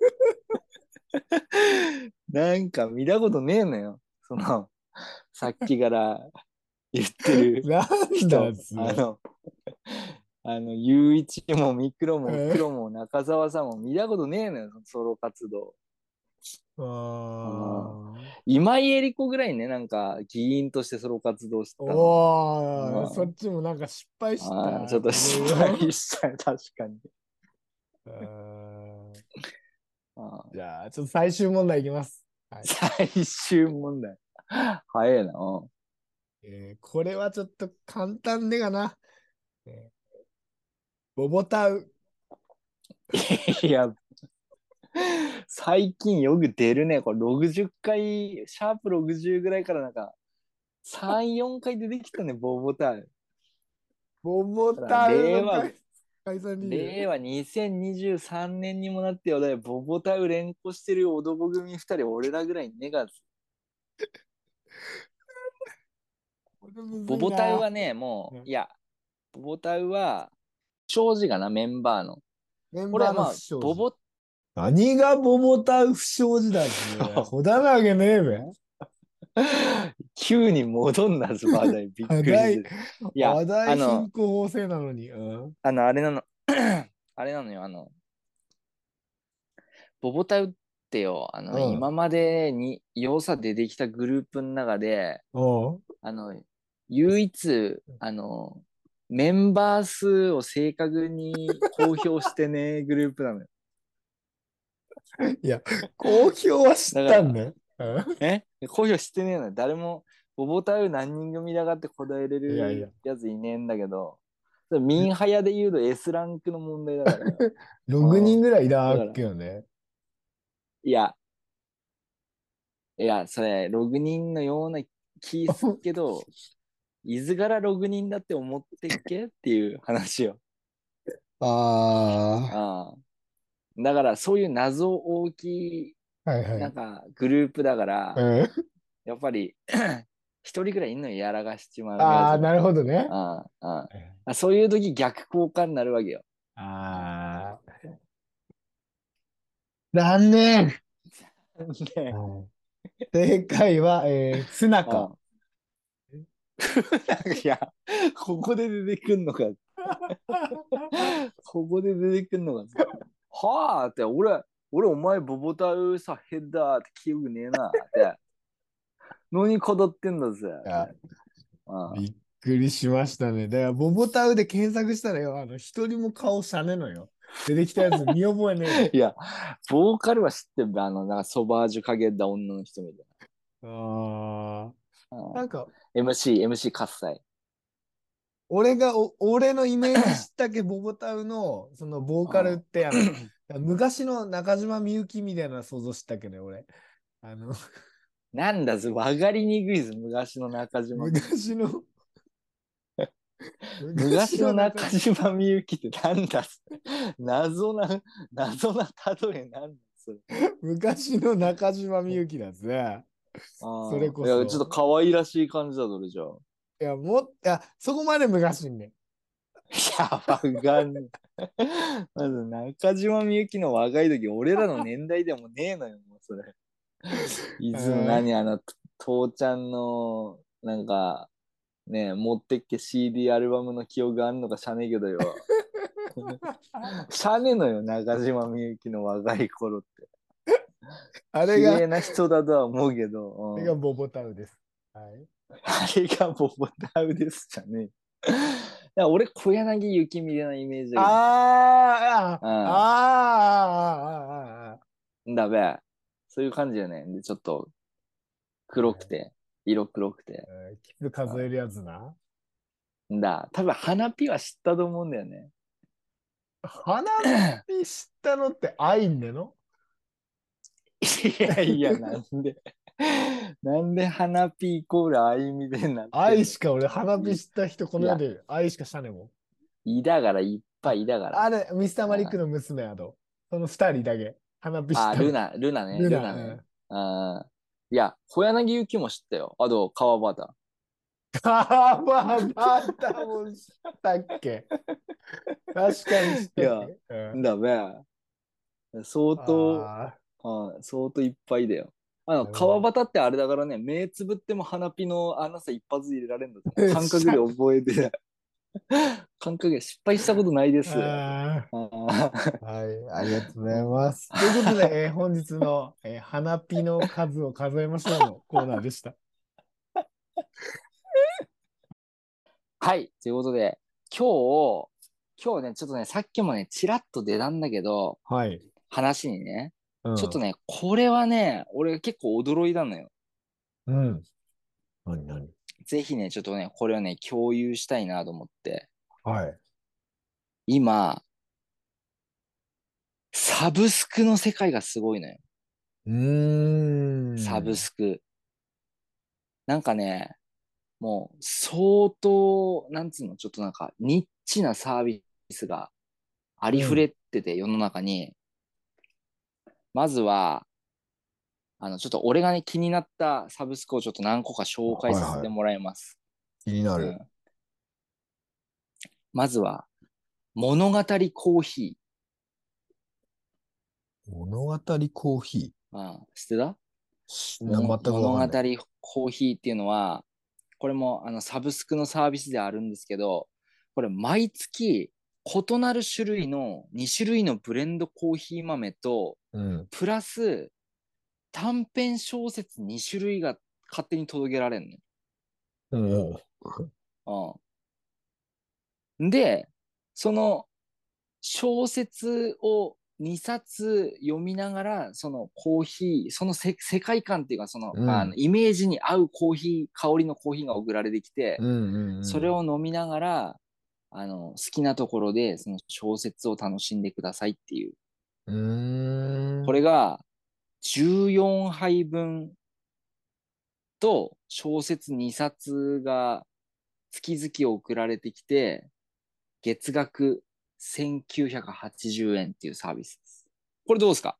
なんか見たことねえのよ。その、さっきから言ってるなんだ人。 それ。 あの、あの、ゆういちもミクロもえー、 クロも中澤さんも見たことねえのよ、そのソロ活動。 あうん。 ー今井絵理子ぐらいね、なんか議員としてソロ活動してたの。 おー、そうん。 っちもなんか失敗しああ、ちょっとたいろい失敗ろ。 しちゃう、確かに。 あーああ、 じゃあ、ちょっと最終問題いきます。はい。 最終問題。早いな。うん。 えーこれはちょっと簡単でかな。えーボボタウ。 いや、最近よく出るね。これろくじゅっかい、シャープろくじゅうぐらいからなんか、さん、よんかい出てきたね、ボーボタン。 ボボただ、 タウ令和、 の解解散理由。 令和にせんにじゅうさんねんにもなってよ、だいボボタウ連呼してる男組ふたり、俺らぐらいにねがず。 これむずボボタウいな。 はね、もう、いうんや、ボボタウは、庄司がな、メンバーの。 メンバーの不これはまあ、 祥事。 ボボ、 何がボボタウ不祥事だぜ。ほだなわけねえべ。 急に戻んなぞ、話題。びっ話題、 くりする。いや、 話題あの、 貧困法制なのに。うん。 あの、あれなの、あれなのよ、あの、ボボタウってよ、あの、 うん。 今までに良さ出てきたグループの中で、 おう。 あの、唯一、あの、メンバー数を正確に公表してね、グループなのよ。 いや、公表は知っだから、 たんだよ。うえ公表してねえのよ。誰も、ボボタウ何人組だかって答えれん。いやいや。 るやついねえんだけど、それミンハヤで言うと S ランクの問題だからよ。 ろくにんうん。 ぐらいいたっだから、 けよね。 いや、いや、それ、ろくにんのような気すっけど、いずからろくにんだって思ってっけっていう話よ。 あああ。だから、そういう謎大きい、 あ、はいはい。 なんか、グループだから、 うん。 やっぱり一人ぐらいいんのよ、やらかしちまうやああ、 つが。 なるほどね。 ああ、ああ、そういう時逆効果になるわけよ。 ああ、残念。 で、 はい。正解は、えー、ツナか。 ああ、いや、ここで出てくんのか。ここで出てくんのか。はあって、俺、俺、お前、ボボタウさ、ヘッダーって記憶ねえなって。何語ってんだぜって。 いや、 ああ、 びっくりしましたね。だから、ボボタウで検索したらよ、あの、一人も顔しゃねのよ。出てきたやつ見覚えねえよ。 いや、ボーカルは知ってる。あの、なんかソバージュかけた女の人みたいああ、 な。ああなんか、 エムシー、エムシー 喝采。 俺がお、俺のイメージしたけボボタウの、そのボーカルっあて、あの、昔の中島みゆきみたいな想像したけどね、俺。あの、 なんだぜ、わかりにくいぞ、昔の中島みゆき。 昔の、昔昔のの中島、 中島みゆきってなんだ謎な、謎な例えなんだそれ。 昔の中島みゆきだぜ。それああ、いや、ちょっとこそ。 可愛らしい感じだ、それじゃあ。 いや、もっ、いや、そこまで昔ね。 いや、わかんない。まず中島みゆきの若い時、俺らの年代でもねえのよ、もうそれ。いつのえ何、あの、父ちゃんの、なんか、ね、持ってっけ シーディー アルバムの記憶があんのかしゃねえけどよ。しゃねえのよ、中島みゆきの若い頃って。 あれが、 綺麗な人だとは思うけど、うん、 あれがボボタウです。はい。 あれがボボタウですじゃねえ。いや俺、小柳ゆきみたいなイメージだけど。 あーあー、あーうあー、あーあー、あん。だべ。そういう感じよね。で、ちょっとーはい。 黒くて、色黒くて。 えーキス数えるやつな。 うんだ。多分花火は知ったと思うんだよね。 花火知ったのって愛んねの？ いやいや、なんで、なんで花火イコールあいみでになってんの。 愛しか俺花火い、 知った人この世いや、 で愛しかしたねもん。 いだから、いっぱあ、 いいだから。 あれ、ミスターマリックあの娘やと。その二人だけ。花火知っあ、 たの。 ルナ、ルナね、 ルナ、 ルナね。 うん。 あいや、小柳ゆきも知ったよ。あと、川端。 カババタも知ったっけ？確かに知っいや、 たっけ？うん。 だべ。相当、 ああ相当いっぱいだよ。ああ、 の、 なるほど。 川端ってあれだからね、目つぶっても花火のあのさ一発入れられるんだぜ。感しゃ、 覚で覚えて、感覚で失敗したことないです。 ああーあ、はい、ありがとうございうんます。ということで、えー本日の、えー花火の数を数えましょうのコーナーでした。 はい。ということで、今日、今日ね、ちょっとね、さっきもね、ちらっと出たんだけど、 はい。 話にね、 うん。 ちょっとね、これはね、俺結構驚いたのよ。 うん。何何？ ぜひね、ちょっとね、これをね、共有したいなと思って。 はい。 今、サブスクの世界がすごいのよ。 うーサブん。 スク。なんかね、もう相当、なんつうの、ちょっとなんかニッチなサービスがありふれうん。 ってて、世の中に。まずは、あの、ちょっと俺がね、気になったサブスクをちょっと何個か紹介はいはい。 させてもらいます。 気になる。 うん。まずは、物語コーヒ物語コーヒー。ああ、知ってたー。しな、 も全くわ物語かんない。 コーヒーっていうのは、これもあのサブスクのサービスであるんですけど、これ毎月異なる種類のに種類のブレンドコーヒー豆と、 うん。 プラス短編小説に種類が勝手に届けられるうん。 の。うん。で、その小説をにさつ読みながら、そのコーヒー、そのせ世界観っていうか、その、 うん。 あのイメージに合うコーヒー、香りのコーヒーが送られてきて、 うん。 それを飲みながら、あの、好きなところでその小説を楽しんでくださいっていう。 うん。うーん。 これがじゅうよんはいぶんと小説にさつが月々送られてきて、月額せんきゅうひゃくはちじゅうえんっていうサービスです。これどうですか？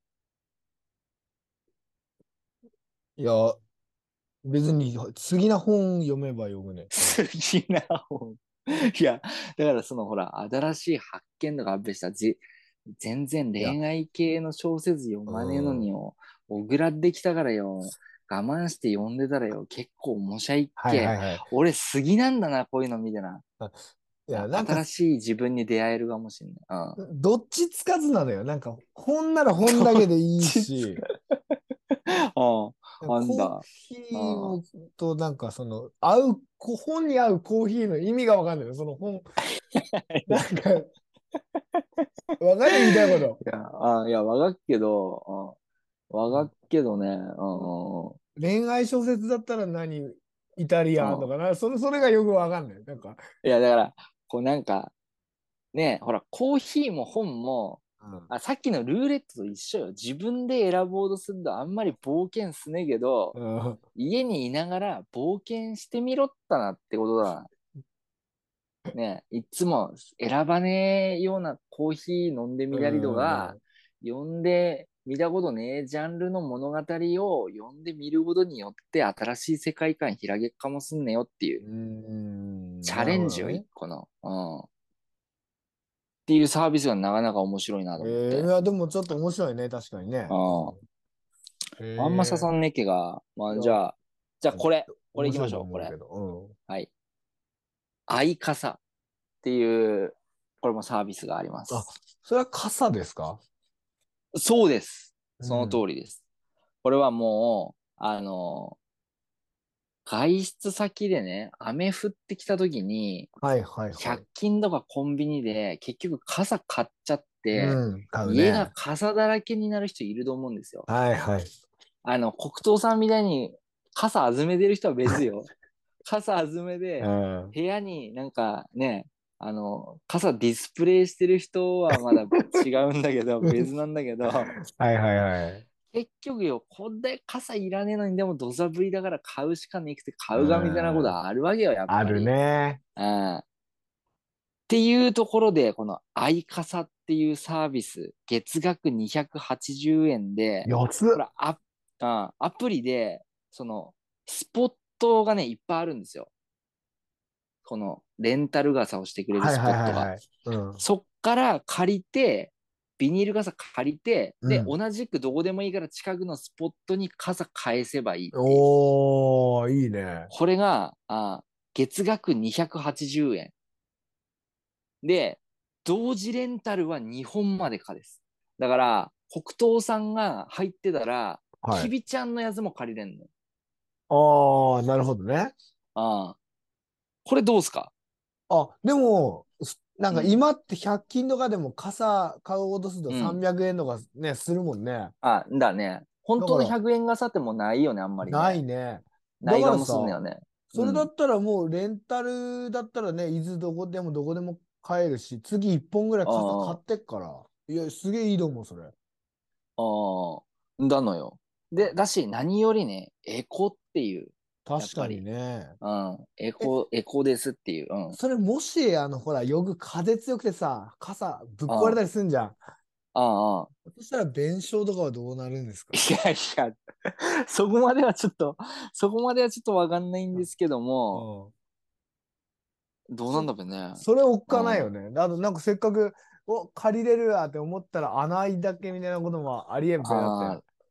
いや、別に好きな本読めば読むね。 好きな本。いや、だからそのほら、新しい発見とか発表したじ、全然いや、 恋愛系の小説読うまねえのにん。 よ、小倉ってきたからよ、我慢して読んでたらよ、結構面白いっけ。 はいはいはい。 俺、好きなんだな、こういうの見てな。 あいや、 あなんか、 新しい自分に出会えるかもしれない。うん。 どっちつかずなのよ。なんか、本なら本だどっけでいいちつし、 か、うん、あんコーだ。 ヒうん。 ーをとなんかその、合う、こ本に合うコーヒーの意味がわかんないよ。その本、 いや、 なんか、わかる言いたいこと。 いや、あ、いや、わかっけど、うん、わかっけどね、うん、うん、 恋愛小説だったら何イタリアンとうん。 かな。それ、それがよくわかんない。なんか、 いや、だから、こうなんか、ね、ほら、コーヒーも本も、 うん。 あ、さっきのルーレットと一緒よ。自分で選ぼうとするとあんまり冒険すねえけど、 うん。 家にいながら冒険してみろったなってことだ。ね、いつも選ばねえようなコーヒー飲んでうみたりとか、 ん。 読んで見たことねえジャンルの物語を読んでみることによって新しい世界観開けっかもすんねよっていううん。 チャなるレンジを一ほどね。 個の、うん、っていうサービスがなかなか面白いなと思って。 えー、いや、でもちょっと面白いね。確かにね。ううん。 ん、 あんま刺えさんねっけが、まー、いあ、 や、 じゃあ、じゃあまあこれ、これ面白い行きましょう、これ。 と思うけど。 はい。相傘っていう、これもサービスがありまうん。あ、 す。 それは傘ですか？ そうです。その通うん。 りです。これはもう、あの、外出先でね、雨降ってきた時に、 はいはいはひゃくい。 均とかコンビニで結局傘買っちゃって、 うん、買う家がね。 傘だらけになる人いると思うんですよ。 はいはい。 あの、黒糖さんみたいに傘あずめてる人は別よ。傘あずめうで、 ん。 部屋になんかね、あの、傘ディスプレイしてる人はまだ違うんだけど、別なんだけど、 はいはいはい。 結局よ、こんで傘いらねえのに、でも土砂降りだから買うしかねくて買ううがみたいなことん。 あるわけよ、やっあるぱり。 ね。 うん。っていうところで、このiCasaっていうサービス、月額にひゃくはちじゅうえんで、 四つ。 これア、あアプリで、その、スポットがね、いっぱいあるんですよ。この、レンタル傘をしてくれるスはいはいポットが。 はいはい。うん。 そっから借りて、ビニール傘借りて、で、 うん。 同じくどこでもいいから近くのスポットに傘返せばいいっていう。 おー、いいね。 これが、あ月額にひゃくはちじゅうえん。で、同時レンタルはにほんまでかです。だから、北東さんが入ってたら、 はい。 きびちゃんのやつも借りれんの。 あー、なるほどね。 ああ。これどうすか？ あ、でも、すなんうん。 か今ってひゃく均とかでも傘買おうとするとうん。 さんびゃくえんとかね、するもんね。 あ、だね。本当のだから、 ひゃくえん傘ってもうないよね、あんまりないね。 ね。だないがもすんのからさ、 よね。 それだうん。 ったらもうレンタルだったらね、伊豆どこでもどこでも買えるし、次いっぽんぐらい傘買あってっから。いや、すげえいいと思う、それ。 あ、ああ、だのよ。で、だし、何よりね、エコっていう、やっ確かにぱり。 ね。 うん、エえ、 コ、エコですっていう。うん。 それもし、あの、ほら、よく風強くてさ、傘ぶっ壊れあたりすんじゃん。 あ、ああ、 そしたら弁償とかはどうなるんですか？ いやいや、そこまではちょっと、そこまではちょっとわかんないんうん。 ですけども、 うん。 どうなんそ、 だべね。 それおっかないようん。 ね。あと、なんかせっかく、お、借りれるわって思ったら穴開いだけみたいなこともありえんべだっああ、 て。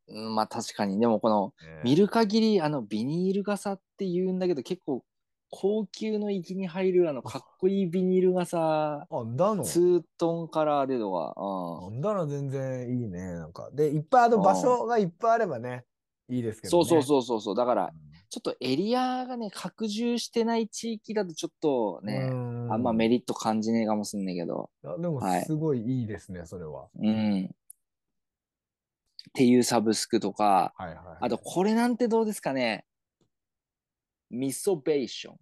うんまあ確かに。でもこの、見ね。 る限り、あの、ビニール傘って言うんだけど、結構、高級の域に入る、あの、かっこいいビニール傘、 あ、だツの。 ートンカラーでとか、 あんだら全然いいね。なんか。で、いっぱいあの場うん。うん。 所がいっぱいあればね、いいですけどそうそうね。 そうそうそう。だから、 うん。 ちょっとエリアがね、拡充してない地域だとちょっとうーね、あんまメん。 リット感じねえかもしんないけど、 いや、でもはい。 すごいいいですね、それは。 うん。っていうサブスクとか、 はいはいあと、 はい。 これなんてどうですかね。ミソベーション。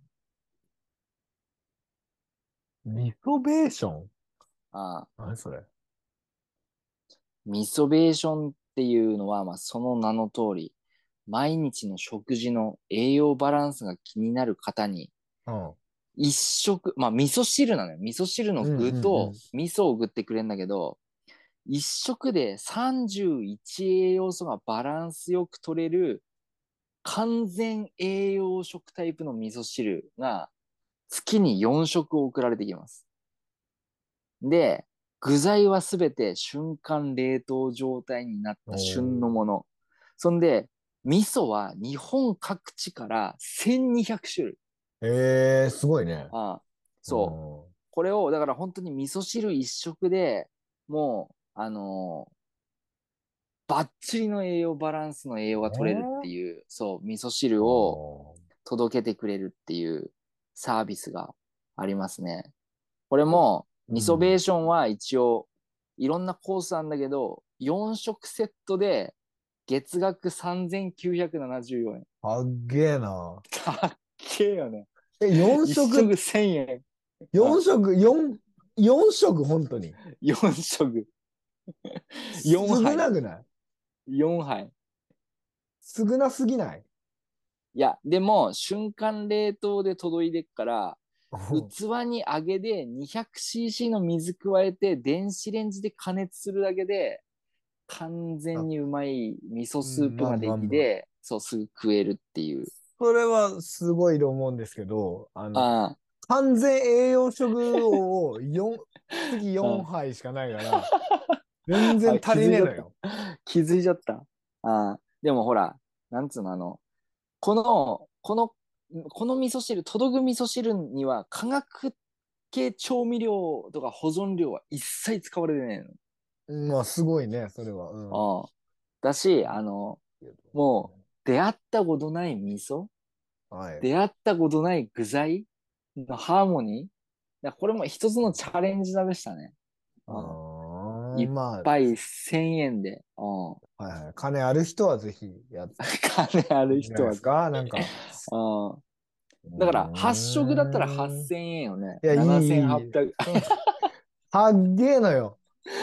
リソベーション。 ああ、 何それ。 ミソベーションっていうのは、まあ、その名の通り、毎日の食事の栄養バランスが気になる方に、 うん。 一食、まあ、味噌汁なのよ。味噌汁のうん具とうん味噌を送ってくれるんだけど、一食でさんじゅういち栄養素がバランスよく取れる完全栄養食タイプの味噌汁が月によん食送られてきます。で、具材はすべて瞬間冷凍状態になっうん。 た旬のおもの。そんで、味噌は日本各地からせんにひゃく種類。 ー。えー、すごいね。 ああ、 うそう。 ん。 これを、だから本当に味噌汁一食でもう、あのーバッチリの栄養バランスの栄養が取れるってえいう、そう、味噌ー、 汁をあ届けてくれるっていうサービスがありますね。これー。 も、 う味噌ベーん。 ションは一応、いろんなコースなんだけど、よん食セットで月額さんぜんきゅうひゃくななじゅうよんえん。 あっげえな。 たっけえよね。 え、4 一食、 食せんえん。あ、 よん食、よん、よん食、本当に。 よん食。よん少杯。 なくない？ よん杯。 少なすぎない？ いや、でも、瞬間冷凍で届いてっから、 うん器に揚げで にひゃくシーシー の水加えて、電子レンジで加熱するだけで、完全あ、 にうまい味噌うん、まあスープがでまあまあ。 きて、そう、すぐ食えるっていう。 それはすごいと思うんですけど、あの、 あ完全栄養食をよん、次4 あ、 杯しかないから、全あ、あ、 然足気づいちゃった。 りねえのよ。 気づいちゃった。ああ、でもほら、なんつうの、あの、この、この、この味噌汁、届く味噌汁には化学系調味料とか保存料は一切使われてないの。 まあ、すごいね、それは。うん。 ああ。だし、あの、もう、出会ったことない味噌、 はい。 出会ったことない具材のハーモニー。だこれも一つのチャレンジだでしたね。 あうん。 ー、 一まあ、 杯せんえんで。うん。 はいはい。金ある人はぜひやっ金あいいんじゃないる人は。 ですか、なんか。 うん。 うだから、はち食だったらーん。 はっせんえんよね。 いや、いい、いい。 ななせんはっぴゃく。 その、はっげえのよ。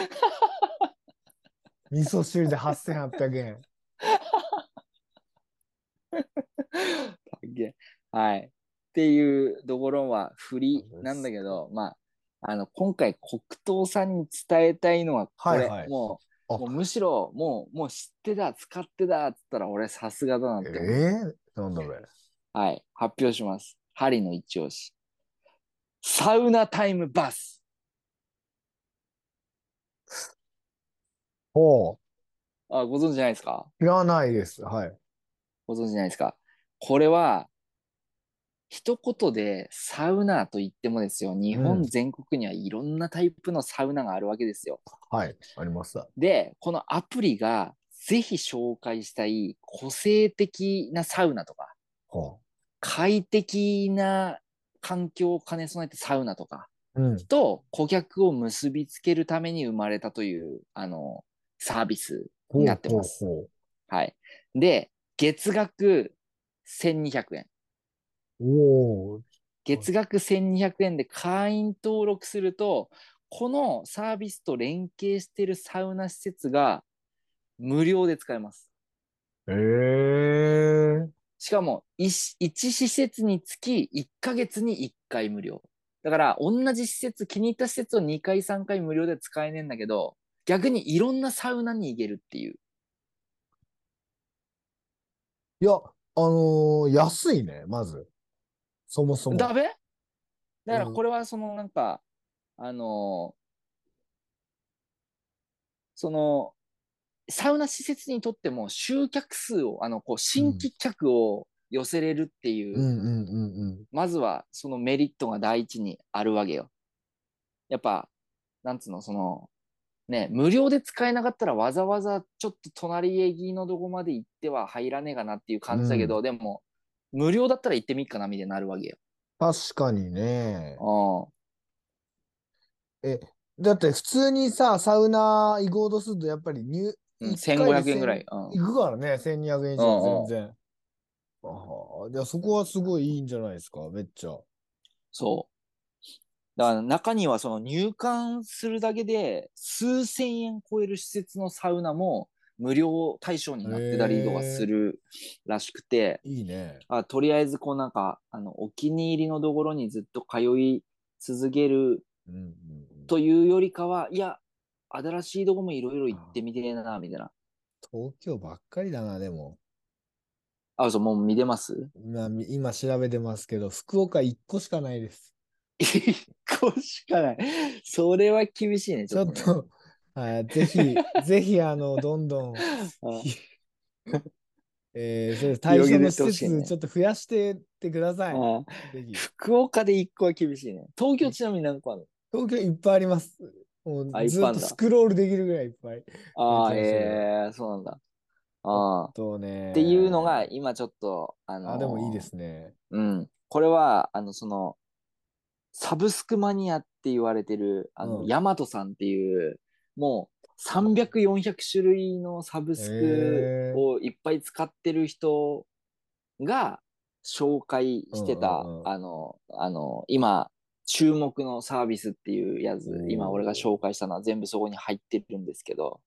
味噌汁ではっせんはっぴゃくえん。 はい。っていうところは振りなんだけど、まあ、あの、今回黒糖さんに伝えたいのはこれ。 はいはい。 もう、もうあ、 むしろ、もう、もう知ってた、使ってたっつったら俺さすがだなえって思う。 えー、なんだべ。 はい。発表します。針の一押し。サウナタイムバス。 ほあ、ご存知ないですか？ う。知らないです。はい。 ご存知ないですか？これは、一言でサウナと言ってもですよ、日うん。 本全国にはいろんなタイプのサウナがあるわけですよ。 はい。ありました。 で、このアプリがぜひ紹介したい個性的なサウナとか、 ほ快適な環境を兼ね備えたサウナとかう。うん。 と顧客を結びつけるために生まれたという、あの、サービスになほうほうってます。 ほはい。で、月額せんにひゃくえん。 う。おお。 月額せんにひゃくえんで会員登録すると、このサービスと連携しているサウナ施設が無料で使えます。 ええー。 しかもいち、一施設につきいっかげつにいっかい無料。だから、同じ施設、気に入った施設をにかい、さんかい無料で使えねえんだけど、逆にいろんなサウナに行けるっていう。 いや、あのー安いね、まず。そもそも。 だべだからうん。 これはそのなんか、あのーその、 サウナ施設にとっても集客数を、あの、こう、 うん新規客を寄せれるっていう、 うんうんうんうん。 まずはそのメリットが第一にあるわけよ。やっぱ、なんつうの、その、ね、無料で使えなかったらわざわざちょっと隣駅のどこまで行っては入らねえかなっていう感じだけうん。 ど、でも、無料だったら行ってみっかなみたいになるわけよ。 確かにね。 うえ、だって普通にさ、サウナ行こうとすると、やっぱり入、 ん。うん、 いっかい 1500 で円ぐらい。 千うん。 行くからね、せんにひゃくえん以う上はんうん。 全然。ああ、じゃあそこはすごいいいんじゃないですか、めっちゃ。 そう。だから中にはその入館するだけで数千円超える施設のサウナも無料対象にへなってたりとかすえ、 るらしくて、 いいね。 あ、とりあえずこうなんか、あの、お気に入りのところにずっと通い続けるうんうんうん。 というよりかは、いや、新しいとこもいろいろ行ってあ、 みてえな、みたいな。 東京ばっかりだな、でも。 あ、そう、もう見てます？ 今、み今調べてますけど、福岡いっこしかないです。 一個しかない。それは厳しいね、ちょっとね。 ちょっと、はい、ぜひ、ぜひ、あの、どんどん、 あ、 ひえー、そうです。対広げてっ象の施設、 てほしいね。 ちょっと増やしてってください。 あ、 ぜひ。 福岡で一個は厳しいね。東京いちなみに何個ある東京いっぱいあります。もうの？あ、いっずっぱいあるんだ。 とスクロールできるぐらいいっぱい出ああ、 てますけど。 ええー、そうなんだ。 ちょっああ。っとていうのがね。 今ちょっと、ああ、でもいいでのすね。 ーうん。これは、あの、その、サブスクマニアって言われてる、あの、 うん。 ヤマトさんっていう、もうさんびゃく、よんひゃく種類のサブスクええをいっぱい使ってる人が紹介ー。うしてた、 んうんあの、あの、今、注目のサービスっていうやうん。 つ、今俺がおー、 紹介したのは全部そこに入ってるんですけど、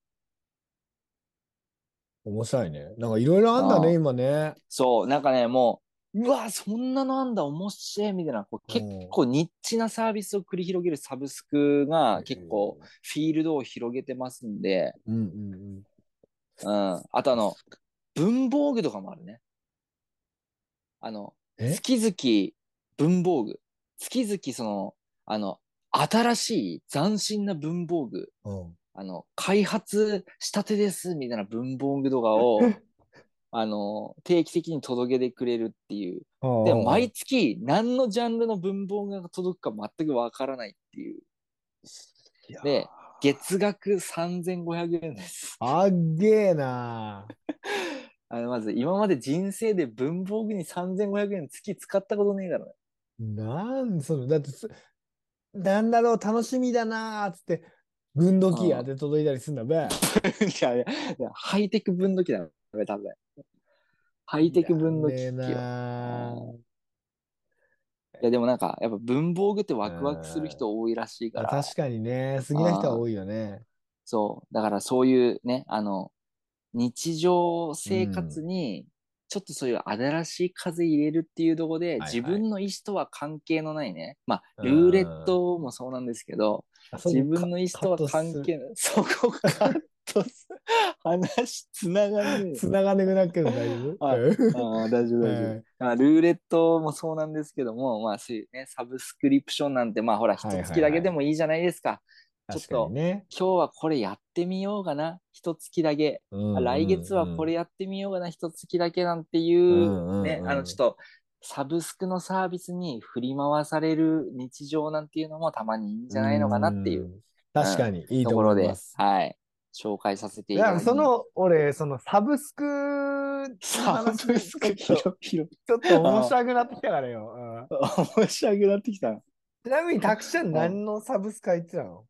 面白いね。なんかいろいろあんだね、 あ今ね。 そう、なんかね、もう、うわ、そんなのあんだ、面白い、みたいな、こう結うん。 構ニッチなサービスを繰り広げるサブスクが結構えフィールドを広げてますんで、 ー、うんうんうん。 うん。あとあの、文房具とかもあるね。あの、 え月々文房具。月々その、あの、新しい斬新な文房具。 うん。 あの、開発したてです、みたいな文房具とかを、あの、定期的に届けてくれるっていう。 あで、毎あ。 月何のジャンルの文房具が届くか全くわからないっていう。 いやで、 ー、 月額さんぜんごひゃくえんです。 あっげえなあの、まず今まで人生で文房具にさんぜんごひゃくえん月使ったことねえからね。 ー。なんその、だってす、なんだろう、楽しみだなーっつって、分度器やうん。 で届いたりすんだべ。 いやいや、ハイテク分度器だよ、多分。ハイいテク分度らねえ器よ。 なうん。いや、でもなんか、やっぱ文房具ってー。 ワクワクするうん。 人多いらしいかあ、 ら、 確かにね、好きな人はあ多いよね。 そう。だからそういうね、あの、日常う生活ん。 に、ちょっとそういう新しい風入れるっていうところで、自はいはい。 分の意思とは関係のないね、まあ、 うルーレッん。 トもそうなんですけど、 あそ自こか、 分の意思とはカットする。 関係ない、そこカットす、話つながんねえ。 繋がんなくなるけど大丈夫？ あ、あ、大丈夫、大丈夫。 はい。 あ、ルーレットもそうなんですけども、まあ、そういうね、サブスクリプションなんて、まあ、ほら、 はい一月はいはい。 だけでもいいじゃないですか。ちょっ確かにと、 ね。 今日はこれやってみようかな。一月だけ。あ、 うんう来月はんうん。 これやってみようかな。一月だけなんてういう、ね、あの、 んうんちょっと、サブスクのサービスに振り回される日常なんていうのもたまにいいんじゃないのかなっていう、 うん。うーん。 うん、 確かにいいとところで、 思います。 はい、紹介させていだからただきます。 その、俺、そのサブスクのサブ話、 スクちょっと、 広々。 ちょっと面あ白くなってきたからよ。うん。 あ、面白くなってきた。 ちなみに、たくちゃんうん。 何のサブスク入ってたの？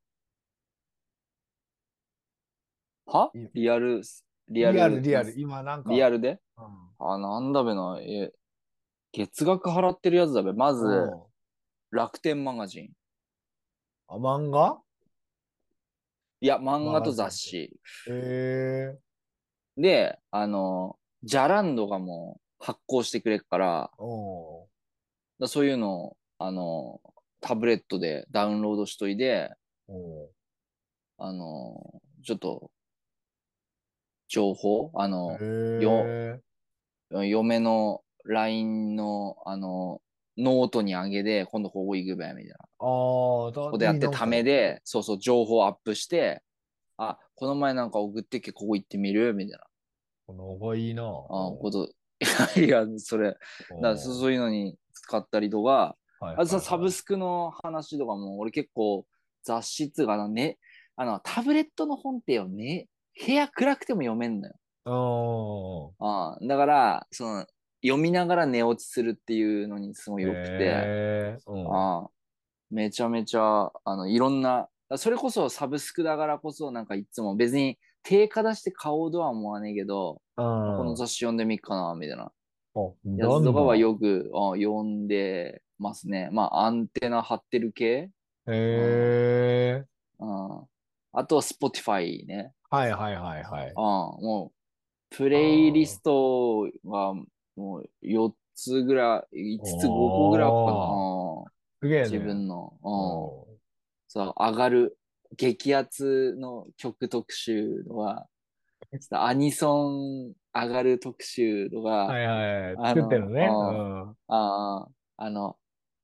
はいリアル、リアリアル、 ルな、 リアル。今、なんか、 リアルで、 うん。 あ、なんだべな。え、月額払ってるやつだべ。まず、 うん。 楽天マガジン。 あ、漫画いや、漫マ画とガジンって。 雑誌。 ええで、あの、ジャランドがもう発行してくれるから、 ー。おー。 だそういうのを、あの、タブレットでダウンロードしといて、 おあの、ちょっと情報、あー。 の、よ、 ええ嫁の ライン の、あの、ノートにあげで、今度ここ行くべ、みたいな。 ー。ああ、だ、 ことやってたいいなんか、 めで、そうそう、情報アップして、あ、 この前なんか送ってけ、ここ行ってみるみたいな。 この方がいいな。 あこと、いや、それ、だからそおーそういうのに使ったりとか、 はいあとさ、 はいはい。 サブスクの話とかも、俺結構雑誌っつうかな、ね、あの、タブレットの本ってよね、部屋暗くても読めんのよ。 おああ、だから、その、読みながら寝落ちするっていうのにすごいー。 良くて、 へえ。うん。 ああ、めちゃめちゃ、あの、いろんな、それこそサブスクだからこそ、なんかいつも別に定価出して買おうとは思わねえけど、 うまあ、このん。 雑誌読んでみっかな、みたいなあ、 やつなんだ。 とかはよくあ読んでますね。まあ、アンテナ張ってる系。 へうん、 え。 うん。あとは Spotify ね。 はいはいはいはい。 うん、もう、プあレイリスあ。 トはもうよっつぐらい、いつつごこぐらいあるかな。 おー。 うん、 すげえ自ね。 分の。うん、 おー。 そう、上がる、激アツの曲特集とか、アニソン上がる特集とか、 はいはいはい。作ってるのあの、 ね。ううん、 ん。 ああ、あの、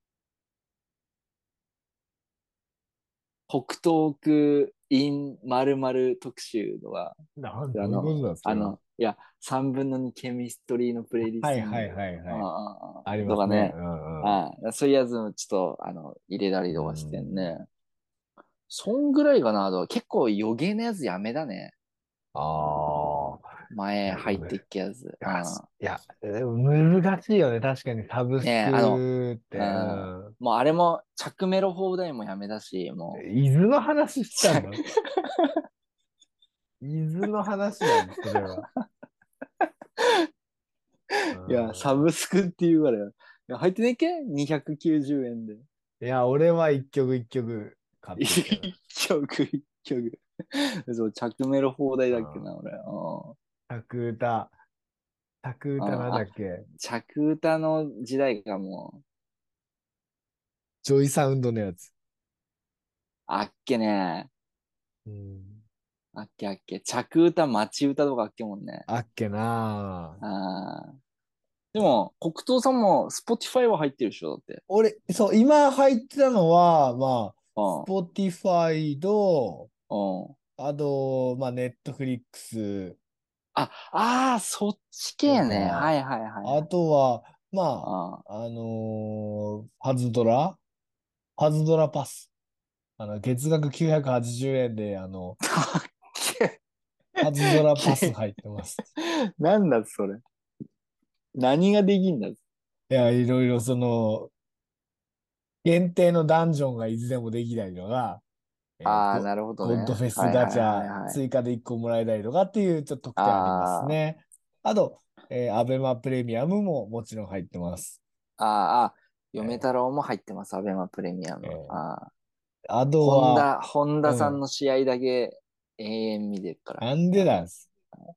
北東区 in 〇〇特集とか、 なん、どういうこあの、 とだ、それは。 あの、いや、さんぶんのにケミストリーのプレイリストに、 はいはいはいあはい。 あ、あありますね。 あとかね、 うんうん。 ああ、そういうやつもちょっと、あの、入れたりうとかしてんん。 ね。そんぐらいかな、と。結構余計なやつやめだね。 ああ。いや、 前入ってっむけやつ。 いや、しああ。 いやでも難しいよね。確かにサブスねえ、あの、 クって。 うん。 うもうあれも、着メロ放題もやめだし、もん。伊豆の話う、ちゃしたんだ。伊豆の話だね、それは。ういや、サん。 ブスクって言うからよ。いや、入ってねっけ？ にひゃくきゅうじゅう 円で。 いや、俺は一曲一曲買ってっけど。 一曲一曲。そう、着メロ放題うん。 だっけな、俺。うん。 着歌、着歌なんだあ、 っけ？ 着歌の時代がもう、 ジョイサウンドのやつ。 あっけね。 うん。 あっけあっけ。着歌、待ち歌とかあっけもんね。 あっけな。 あーでも、黒糖さんも Spotify は入ってるでしょ、だって。 俺、そう、今入ってたのは、まあ、 うん。う Spotify と、 ん。 あと、まあ、Netflix あ、ああ、そっちと系ね。はか、 いはいはいあはい。 とは、まああ、あのーパズドラパズドラパス。あの、月額きゅうひゃくはちじゅうえんで、あの、 あ。 パズドラパスけ入ってます。 なんだそれ。何ができんだ。 いや、いろいろその、限定のダンジョンがいつでもできたりとか、えーああ、 ゴ、 なるほどね。 ゴッドフェスはいはいはガチャいはい。 追加でいっこもらえたりとかっていうちょっと特典ありますあね。あと、えーアベマプレミアムももちろん入ってます。 あ、ああ、嫁え太郎も入ってます。アベマプレミアーえム。 ーああ、 あとは、 ホンダ、ホンダさんうん、 の試合だけ永遠見てるから。 なんであなんす。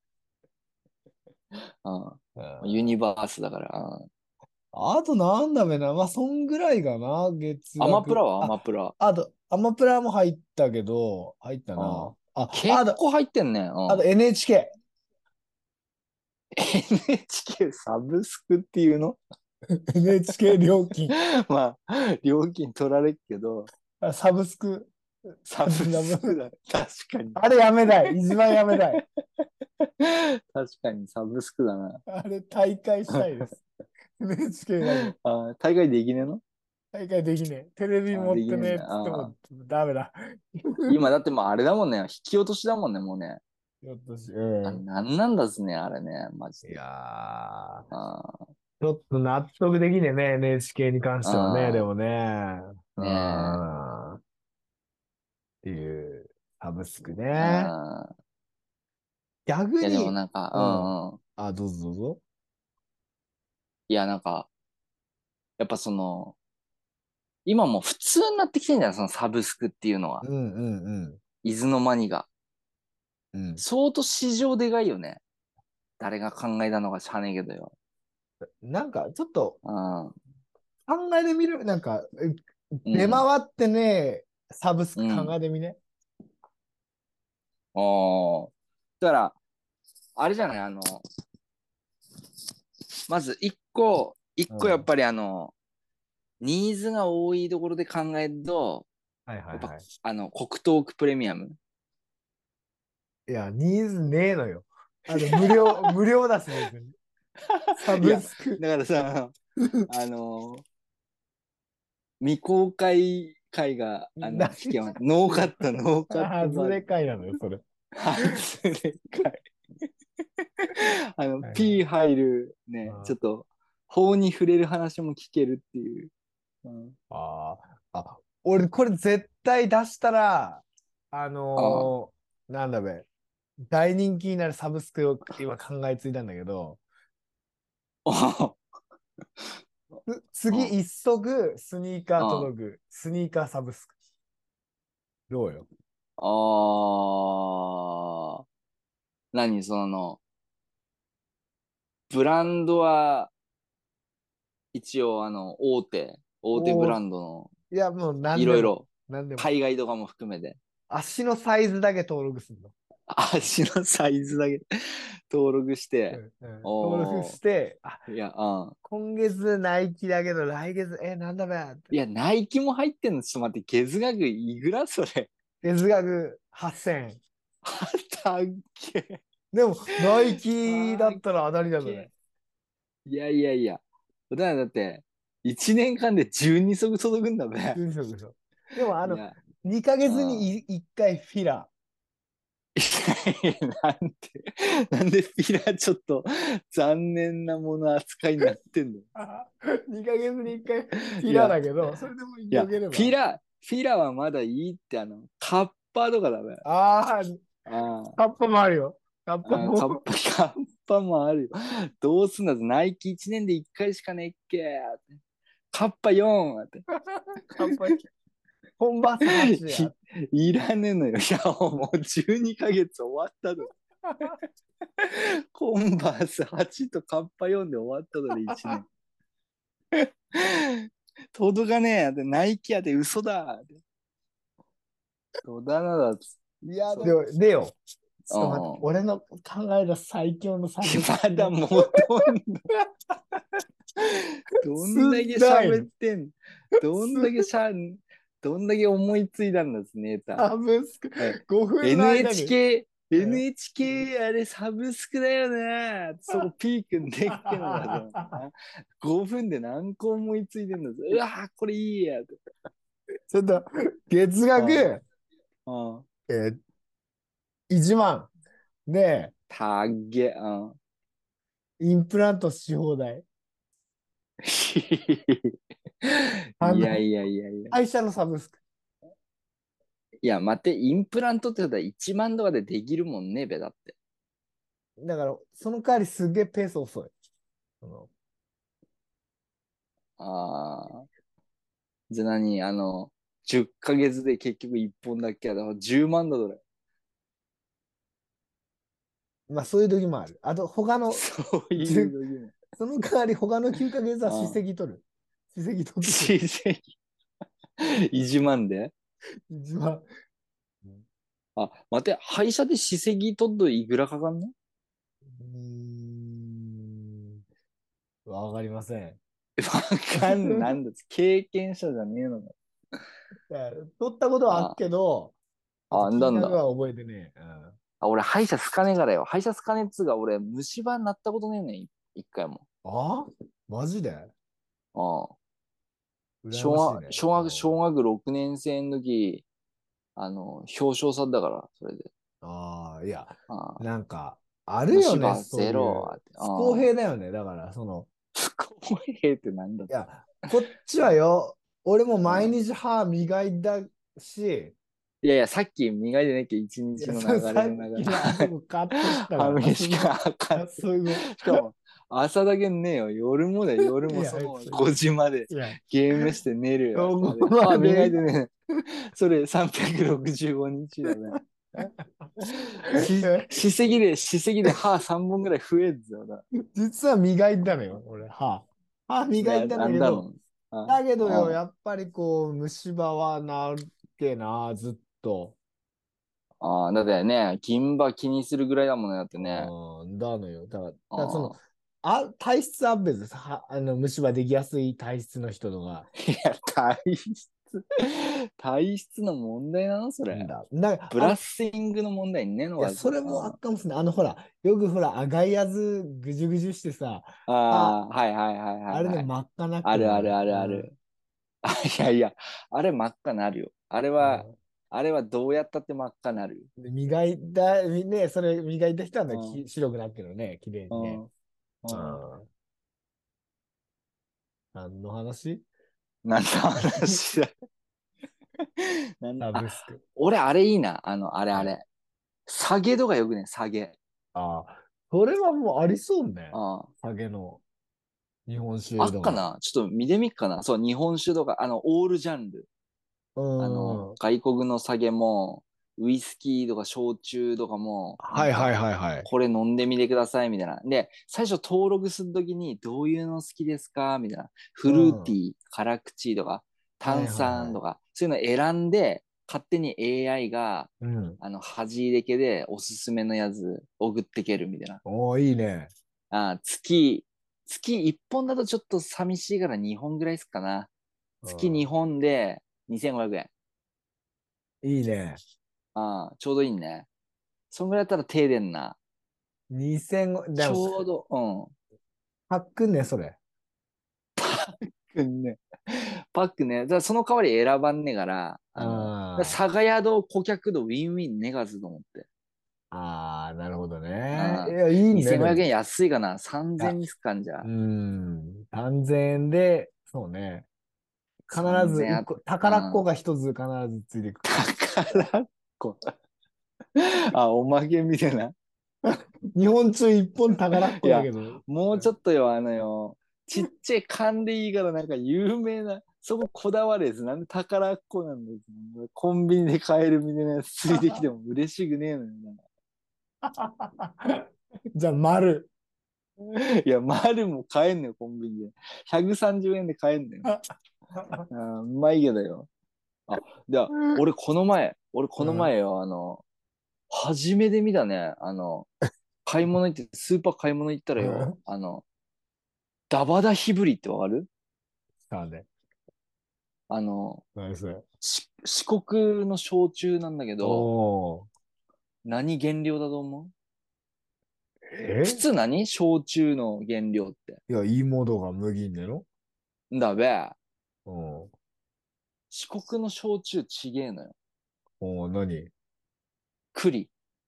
あ、 ううん、ユニん、 バースだから。うん、 あとなんだべな。まあ、そんぐらいかな、月額。 アマプラはアマあ、 プラ。 あと、アマプラも入ったけど、入ったうん、 な。あ、あと、 結構入ってんね。 あとうん。 エヌエイチケエヌエイチケー サブスクっていうの？ ー。エヌエイチケー 料金。 まあ、料金取られっけど、 あサブスク。 サブスクだ。確かに。 あれやめたい。一番やめたい。 確かにサブスクだな。 あれ大会したいです。エヌエイチケー だけ。 あ、大会できねえの？ 大会できねえ。テレビあ、 持ってねえっできねえんだ。あ、 つってもダメだ。 今だってもうあれだもんね。引き落としだもんね、もうね。 ひょっとし、うあ、 ん。 なんなんだっすね、あれね、マジいで。 やー、 あちょっと納得できねえね、エヌエイチケー に関してはね、であ、 もね。うねえ。 ん。っていう、サブスクね。 ああ、いやでも逆に、 なんか、ううん。 んうん。 あ、どうぞどうぞ。 いやなんか、やっぱその、今もう普通になってきてんじゃん、そのサブスクっていうのは。 うんうんうん。 伊豆の間にが。 うん。 相当市場でかいよね。誰が考えたのかしゃねえけどよ。 なんか、ちょっとうん。 考えてみる。なんか、え出うん。 回ってね、サブスク考うん。 えてみね。 おー。だから、あれじゃない、あの、まず一個、一うん。 個やっぱりあの、ニーズが多いところで考えると、やっぱ、 はいはいはい。 あの、黒トークプレミアム。 いや、ニーズねえのよ。あの、無料、無料だし別に。サいや、 ブスク。 だからさ、あのー未公開会が、あの、 何聞けます。ノーカット、ノーカット外れバージョン。 会なのよ、それ。 初でかい。あの、 はいはい。 P 入るね、ちょっと、法に触れる話も聞けるっていう。うん、 ああ、あ、俺、これ絶対出したら、ああのーなんだべ、大人気になるサブスクを今考えついたんだけど、 あ、 つ次あ一足スニーカーあ、 届く、スニーカーサブスク。どうよ。 ああ、何その、ブランドは一応あの、大手、大手ブおー、 ランドのいや、もう何でも、 いろいろ、 何でも。 海外とかも含めて、 足のサイズだけ登録するの。 足のサイズだけ登録して、 うんうん、登録おして、あ、 ー、いや、うん。 今月ナイキだけど、来月、え、なんだべって。 いや、ナイキも入ってんのちょっと待って、月額いくらそれ。 月額はっせんえん。 たっけ。 でも、ナイキだたっったら当たりだべ。 け。いやいやいや。だからだって、いちねんかんでじゅうに足届くんだべ。 うんそうそう。でも、あの、 いや、 にかげつうん。 にいいっかいフィラいやなんで、なんでフィラーちょっと残念なもの扱いになってんの。 ー。にかげつにいっかいフィラーいや、 だけど、それでもいや、 よければ。 フィラ、フィラはまだいいって、あの、カッパとかだべ。 ああ、 あカッパもあるよ。カッパあ、カッも。 パ、カッパもあるよ。どうすんだぞ、ナイキいちねんでいっかいしかねえっけ。カッパよんって。 カッパ、コンバースはちや。 いいらねえのよ。いや、もうじゅうにかげつ終わったの。コンバースはちとカッパよんで終わったのでいちねん。届かねえやで、ナイキやで、嘘だ。戸棚だっつ。 いや、 そう。 でも、でよ。ちょっと待って、 うん。 俺の考えた最強のサブスクの。 まだ戻んの。どすんだけんないの。 喋ってんの。どんだけしゃ、どんだけ思いついたんだ、ネタ。 サブスク、 え、 ごふんの間に。 エヌエイチケー、 うんエヌエイチケー あれサブスクだよね。そこピークんでっけのがさ、ごふんで何個思いついてんだぞ。うわこれいいや。 ちょっと、月あ額、 あ、 えー、いちまんで、 たっげ、あインプラントし放題。あいやの、 いやいやいや。 会社のサブスク。 いや、待って、インプラントってことはいちまんとかでできるもんね、べだって。 だから、その代わりすげえペース遅い。そのああ。じゃあ何あの、じゅっかげつで結局いっぽんだっけだからじゅうまんだ、どれ。 まあ、そういう時もある。あと、他の、 そうじゅいう時も。 その代わり他のきゅうかげつはあ歯あ。 石取る。歯石取ってくる。 親戚いちまんで。 一番。 あ、待って、会社で歯石取っといくらかかんの。 うーん。わかりません。 わかんない。なんだ、経験者じゃねえのか。 取ったことはあっあけど、ちょっとあ、なんだ。 金額は覚えてねえ。うん。 あ、俺、歯医者好かねえからよ。歯医者好かねえっつうか、俺、虫歯になったことねえねん、一回も。 あマジでああ。小学、 羨ましいね。 小学、 うん。 小学ろくねん生の時、あの、表彰されたから、それで。 ああ、いや、 ああ。 なんか、あるよね、 虫歯ゼそういロって。 う。不公ああ。 平だよね。だから、その、 不公平ってなんだ。 いや、こっちはよ、俺も毎うん。 日歯磨いたし、 いやいや、さっき磨いてなきゃ一いや、 日のそさっ流れの中で。 きのあそこカットしたから、あ歯磨きしそこ、 かあかん。 あそこ。 しかも、朝だけねえよ。夜もだよ。夜いや、 もそのそごじまでいや、 ゲームして寝るよ。 どこあれ、歯磨いまで。 てねえ。それさんびゃくろくじゅうごにちだね。し、歯石で、歯石で歯さんぼんぐらい増えるぞ。だ。 実は磨いたのよ、俺、歯。歯磨や、 いたんあだけど、 んだの。あ、 だけどよ、 あ、 やっぱりこう、虫歯はなるっけな、ずっと。 あ、だってね、金歯気にするぐらいだもんね。だってね。 うん、だのよ。だから、だからその、 あ、 あ、体質アップです。は、あの、虫歯できやすい体質の人とか。 いや、体質。 体質の問題なのそれ。 なんだ。なブラッシングの問題ねえのいや、 はそれもあっかもしれない。あの、ほら、よくほら、アガイアズぐじゅぐじゅしてさ、 ああ、 あ、はいはいはいはあれでいはい。 真っ赤なくなる。 あるあるあるあうん。 る。あ、いやいや、あれ真っ赤なるよ。あれは、 うあれはどうやったって真っ赤なるよ。 ん、で磨いた、ね、それ磨いた人はね、 うん、 き白くなってるね、綺麗にね。 うん、 ううん。 ん。何の話？ なんの話だ。なんあ、 サブスク。 俺あれいいな。あの、あれあはい。 れ。下げとかよくね、下げ。 ああ、それはもうありそうね。 あ酒の日本あ、あ酒とか。 っかなちょっと見てみっかな。そう、日本酒とか、あの、オールジャンル。 うあの、 ん。 外国の酒も、ウイスキーとか焼酎とかも、なはいはいんか、 はいはい。 これ飲んでみてください、みたいな。で、最初登録するときに、どういうの好きですかみたいな。フうん。 ルーティー、辛口とか、炭はいはいはい。 酸とか、そういうの選んで、勝手に エーアイ が、 うん。 あの、恥入れけでおすすめのやつ送ってけるみたいな。 おー、いいね。 あ、月、月いっぽんだとちょっと寂しいからにほんぐらいすっかな。月うにほんでにせんごひゃくえん。 ん。いいね。 ああ、ちょうどいいね。そんぐらいだったら停電な。 にせん、でちも、 ょうど、うん。 パックね、それ。 ね、パックね。だからその代わり選ばんねえから、あの、 あ佐賀宿顧客度ウィンウィンネガズと思って。 あ、ああ、なるほどね。いああ、 や、いいね、で 2500 も。い円安いかな？ さんぜんや、 にすっかんじうゃ。 ん。さんぜんえんで、そうね。必ずさんぜんあ、 一個、宝っ子うん。 が一つ必ずついていく。 宝っ子。あ、おまけみたいな。 日本中一本宝っいや、 子だけど。 もうちょっとよ、あのよ、ちっちゃい缶でいいからなんか有名な、そここだわれず、なんで宝っ子なんですよ。コンビニで買えるみたいなやつついてきても嬉しくねえのよじゃあ、丸。 な。いや、マルも買えんのよ、コンビニで。ひゃくさんじゅうえんで買えんのよ。あーうまいけどよ。あ、じゃあ、俺この前、俺このうん。 前よ、あの、初めて見たね、あの、買い物行って、スーパー買い物行ったらよ、あの、ダバダヒブリってわかる？ さあね。 あの、 何それ。 し四国の焼酎なんだけど、 おー。 何原料だと思う？普え通何焼酎の原料って。 いや、芋とか麦んでろ？ んだべ。 おー。 四国の焼酎ちげえのよ。 おー、何？ 栗。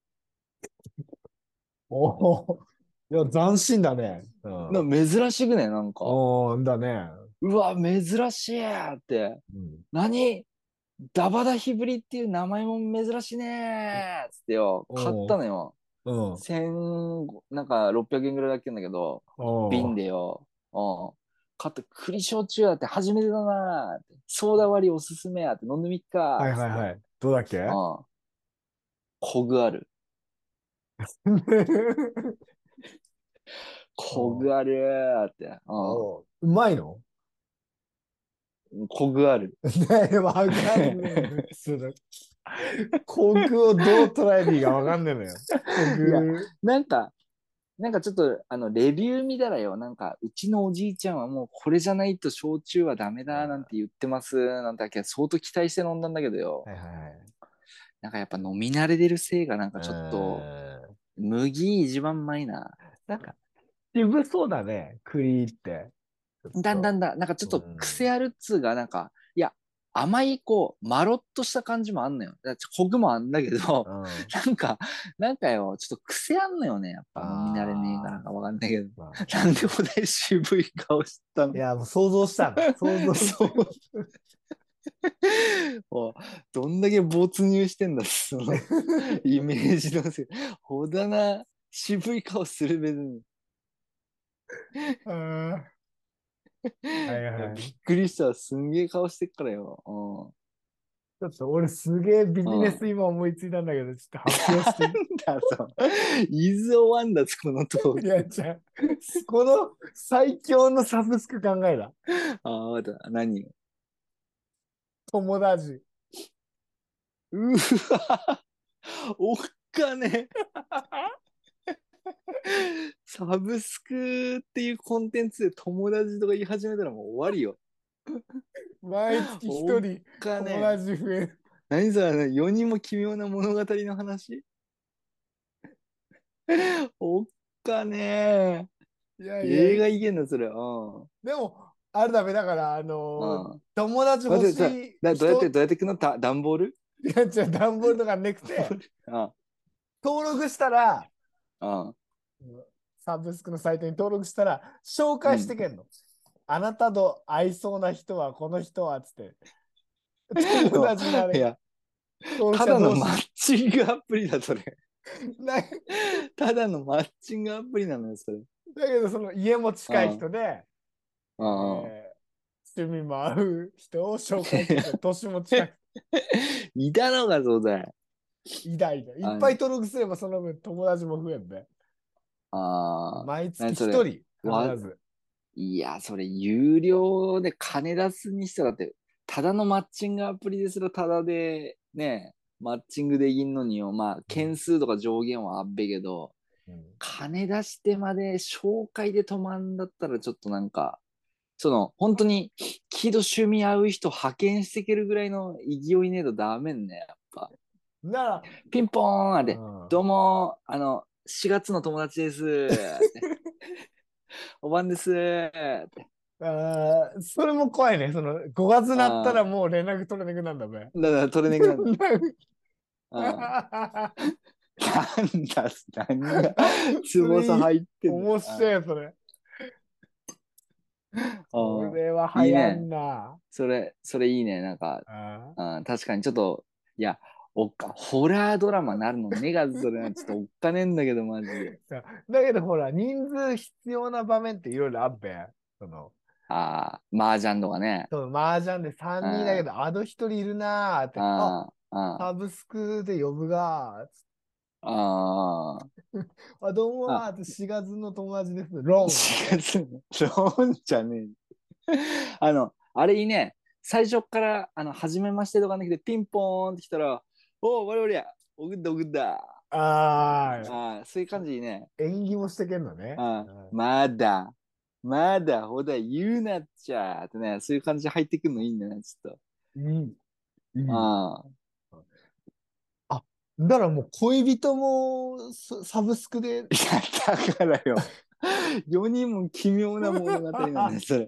おー。いや、斬新だね。うな、 ん。 珍しくねなんか。 おー、だね。 うわ、珍しいって。 うん。 何ダバダヒブリっていう名前も珍しいねーつってよ。買っおー。 たのよ。 うん。 千、なんかろっぴゃくえんぐらいだっけんだけど、瓶おー。 でよ。うん。買って栗焼酎やって初めてだなーって。ソーダ割りおすすめやって飲んでみっかはいーつって。 はいはい。どうだっけ？ うん。コグある。コおー。 グあるーって。 おー。うまいの？ うん。コグある。 ね、わかんねえんだよ。その航空をどう捉えていいかわかんねえのよ。航いや、 空。 なんか、なんかちょっと、あの、レビュー見たらよ、なんか、うちのおじいちゃんはもうこれじゃないと焼酎はダメだなんて言ってます、なんだっけ、相当期待して飲んだんだけどよ。 はいはいはい。 なんかやっぱ飲み慣れてるせいがなんうかちょっと、 ーん。 麦一番うまいな。 なんか、渋そうだね、栗って。ちょっと。 だんだんだ、なんかちょっうと癖ん。 あるっつうが、なんか、いや、甘い、こう、まろっとした感じもあんのよ。だってコクもあんだけど、 うん。 なんか、なんかよ、ちょっと癖あんのよね。やっぱ飲み慣れねえかああ。 なんかわかんないけど。 まあなんでね。 お題渋い顔したの？ いや、もう想像したの。想像しそう。もうどんだけ没入してんだ、そのイメージのせい。ほだな、渋い顔するべに。 あーはいいや、 はい。 びっくりした。すんげえ顔してっからよ。 ちょっと俺すげえビうん。 ジネうん。 ス今思いついたんだけど、ちょっと発表していい？ だ、そう。イズオワンだ、このトーいや、 ク。 じゃあ、この最強のサブスク考えだ。 ああ、まだ、何よ。 友達。 うわ、おっかね。サブスクっていうコンテンツで友達とか言い始めたらもう終わりよ。 毎月一おっ人友かね達増える。 何それ、世にも奇妙な物語の話。おっかねいやいや、 映画いけんだ、それ。うん。うん。 でも、あれだめだから、あのー友達欲待ってさ、 しいだどうやって、 人、 どうやってくのた、段ボール。 いや、じゃ段ボールとかなくて、 段ボール。あ登録したら、 あ、 サブスクのサイトに登録したら、紹うん。 介してけんの。あなたと合いそうな人は、この人は、つって。友達になれ。 いや、 登録ただのマ者同士。 ッチングアプリだ、それ。 なただのマッチングアプリなのよ、それ。 だけど、その家も近いうん。 人で、 うん。 えー趣味も合う人を紹介してくれ。年も近く、 いたのか、そうだよ。 偉大だ。いっあぱい登録すれば、その分友達も増えんで。 あー、 毎月何それ。 一人、 わ、 必ず。 いや、それ、有料で金出すにしてはだって、ただのマッチングアプリですらただで、ね、マッチングできんのによ。まあ、件数とか上限はあっべけど、 うん。 金出してまで紹介で止まんだったらちょっとなんか、その、本当に、喜怒趣味合う人派遣していけるぐらいの勢いねえとダメんね、やっぱ。 なら、 ピンポーンって、 うん。 どうも、あの、しがつの友達ですって、おばんですって、 あーそれも怖いね。そのごがつになったらあもう連絡取れなくなるんだべ。 だから取れなくなるの。うん。なんだ、何が、 それいい。 翼入ってんだよ。 面白い、それ。そうん。 れは流行んいいね。 な。 それ、それいいね。なんか、 あうん、確かにちょっと、いや、おっか、ホラードラマなるのねが、それはちょっとおっかねえんだけど、マジで。 ーだけどほら、人数必要な場面っていろいろあっべ。その、 ああ、麻雀とかね。 そう、麻雀で3 うん、あ人だけど、あとひとりいるなーって、あ、 あ、あサブスクで呼ぶがーつってあ、 あ、どうもあ、 ーってしがつの友達です。ロンっ 4 て。 月の、ロンじゃねえ。あの、あれいいね。最初から、あの、初めましてとかなくて、ピンポーンって来たら、おお、我々や、おぐったおぐった。 ああ、 ああ、そういう感じいいね。 演技もしてけんのね。 ああ、 うん。 まだ、まだ、ほだ、言うなっちゃーってね、そういう感じで入ってくるのいいんだね、ちょっと。 いい、いい。 ああ。 あ、だからもう恋人もササブスクで。 いや、だからよ。よにんも奇妙な物語なんだよ、それ。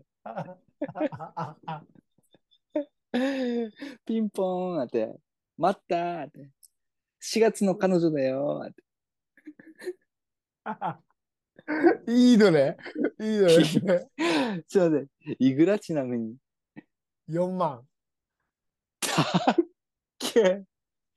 ピンポーンって、待ったーって。しがつの彼女だよーって。 いいのね。いいのね、それ。 ちょっと待って、いくらちなみに。 よんまん。 たっけ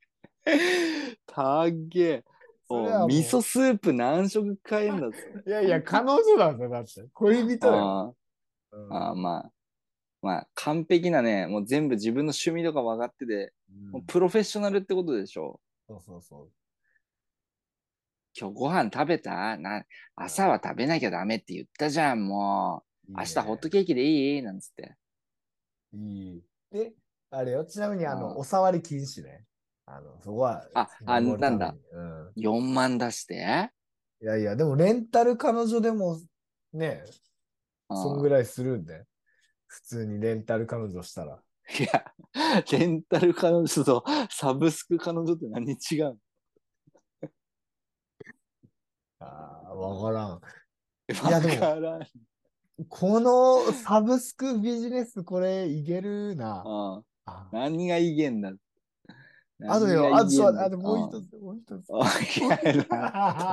たっけそれお、味噌はもスープ何食買えんだぞ。 う、いやいや、彼女なんだ、だって。恋人よ。 あうあ、ああ、 ん。 まあ、まあ、完璧なね、もう全部自分の趣味とか分かってて、もううん。 プロフェッショナルってことでしょ。 そうそうそ今日ご飯食べたな、 う。う朝は食べなきゃダメって言ったじゃん、もん、 う。 いい明日ホットね。 ケーキでいいなんつって。 いい。で、あれよ、ちなみに、あの、 うん、 お触り禁止ね。あの、そこはあ、あ、 守るなんだ。 ために。うん。 よんまん出していやいや、でも、レンタル彼女でも、ね、 うん。 そんぐらいするんで。普通にレンタル彼女したら。 いや、レンタル彼女とサブスク彼女って何違う？ ああ、わからん。いわや、でも、 からん。 このサブスクビジネス、これ、いけるな。 うん。 あ、 何がいけんだ？ あとよ、 何があとそう、 いけんだ？ あともううん。 一つ、もう一つ。 あいやな。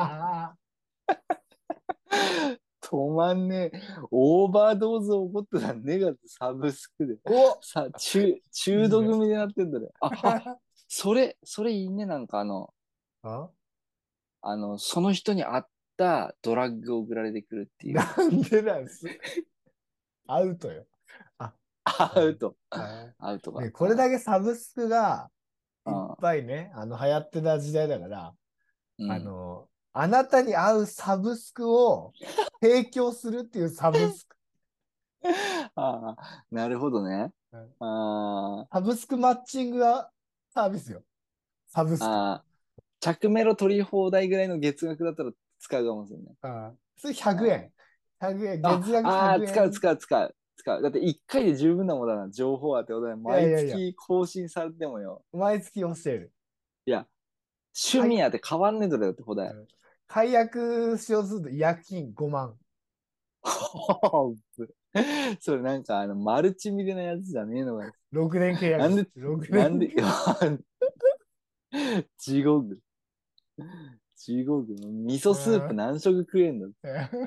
止まんねえ。オーバードーズ起こってたねがサブスクで。 お、 さ、中、中いいね。 毒組でなってんだね。あ、あ、それ、それいいね。なんかあの、 あ、 あの、その人に合ったドラッグを送られてくるっていう。 なんでなんす。アウトよ。あ、うん。 アウト。 あ、 アウトか。 ね、これあだけサブスクがいっあ、 ぱいね、あの、流行ってた時代だから、あうん。 の、あなたに合うサブスクを提供するっていうサブスク。 ああ、なるほどね。 うん。 あサブスクマッチングがサービスよ。サブあ、 スク。 ああ、着メロ取り放題ぐらいの月額だったら使うかもしれない。 ああ、それ100 あ円。ひゃくえん。月あ、 額100 ああ、使う円。 使う使う。 使う。だっていっかいで十分なもんだな、情報はってことで、 いや毎いやいや、 月更新されてもよ。 毎月教える。 いや、趣味やって変わんねえぞだよってほだよ。 解約しようとすると違約金ごまん。 それなんかあの、マルチミでなやつじゃねえのかよ。 ろくねん契約。 なんで、 ろくねんなんで、地獄。地獄。味噌スープ何食食えんだ。うん、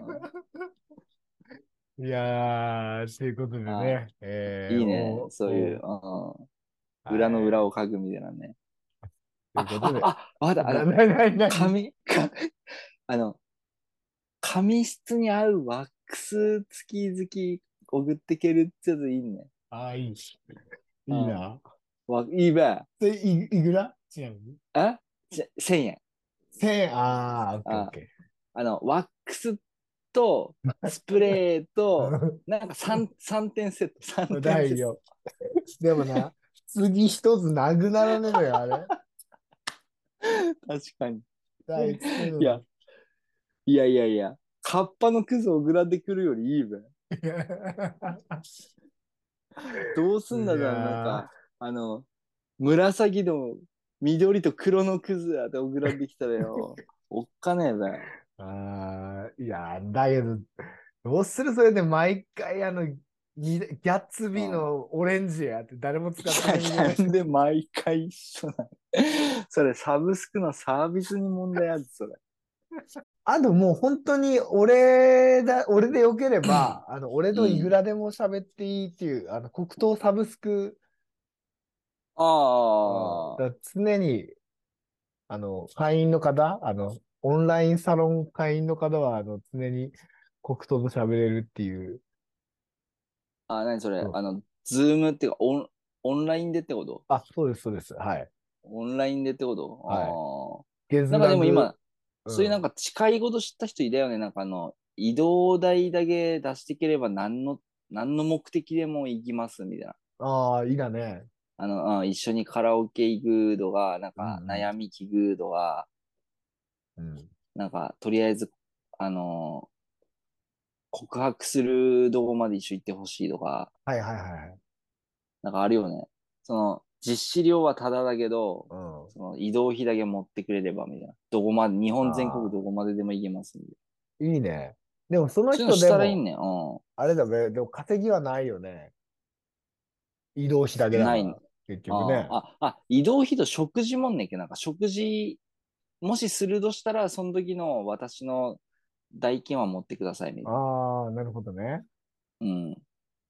いやー、ということであ、 ね、えー、 いいね。 お、 そういう、 お、 うん、 は裏の裏い。 を書くみたいなね。 ということあ、 で、 あ、あ、まだ、あな、 の、 な、な、なに、 紙、か、あの、紙質に合うワックス付き好き送ってけるってやついいね。 あー、いい。 うん。 いいな。 わ、いいべ。 で、い、いくらちなみに。 あじゃ、せんえん。 せんえん、あー、オッケーオッあ、 ケあの、ワックスとスプレーと、 ー。 なんか三三点セット、三点セット。 大よ。でもな、次一つなくならねえのよ、あれ。 確かに。 第一ついや、 の。 いやいやいや、カッパのクズをグラでくるよりいいべ。どうすんだいじゃん、なんやか、あの、紫の緑と黒のクズやって送られてきたらよ。おっかねえべ。 ー、あー、いやー、だけど、どうするそれで毎回あの、ギギャッツビーうん。 のオレンジやって誰も使っていないみたいな。 や、なんで毎回一緒なの。それ、サブスクのサービスに問題ある、それ。 あともう本当に俺だ、俺でよければ、あの、俺といくうん。 らでも喋っていいっていう、あの、黒糖サブスク、うん、 ああ、 だ常に、あの、会員の方、あの、オンラインサロン会員の方は、あの、常に黒糖と喋れるっていう。 あ、なにそれ、 うん、 あの、ズームっていうか、オン、オンラインでってこと？ あ、そうです、そうです。はい。 オンラインでってこはい。 と？ああ。なん月額、 かでも今、 うん。 そういうなんか近いこと知った人いたよね。なんかあの、移動代だけ出してければ何の、何の目的でも行きますみたいな。 ああ、いいだね。 あの、うん、一緒にカラオケ行くとか、なんかうん悩み聞くとか、 うん。うん。 なんかとりあえず、あの、告白するとこまで一緒行ってほしいとか、 はいはいはい。 なんかあるよね。その、実施料はタダだけど、 うん。 その移動費だけ持ってくれればみたいな。どこまで、日本全国ああ、 どこまででも行けますんで。 いいね。でもそのそういうのし人でも、 たらいいね。うあれだべ、でも稼ぎはないよね。移動費だけん。ない。 だから、結局ね。 ああ、あ、あ、移動費と食事もんねんけど、なんか食事、もしするとしたら、その時の私の代金は持ってくださいみたいな。 ああ、なるほどね。 うん。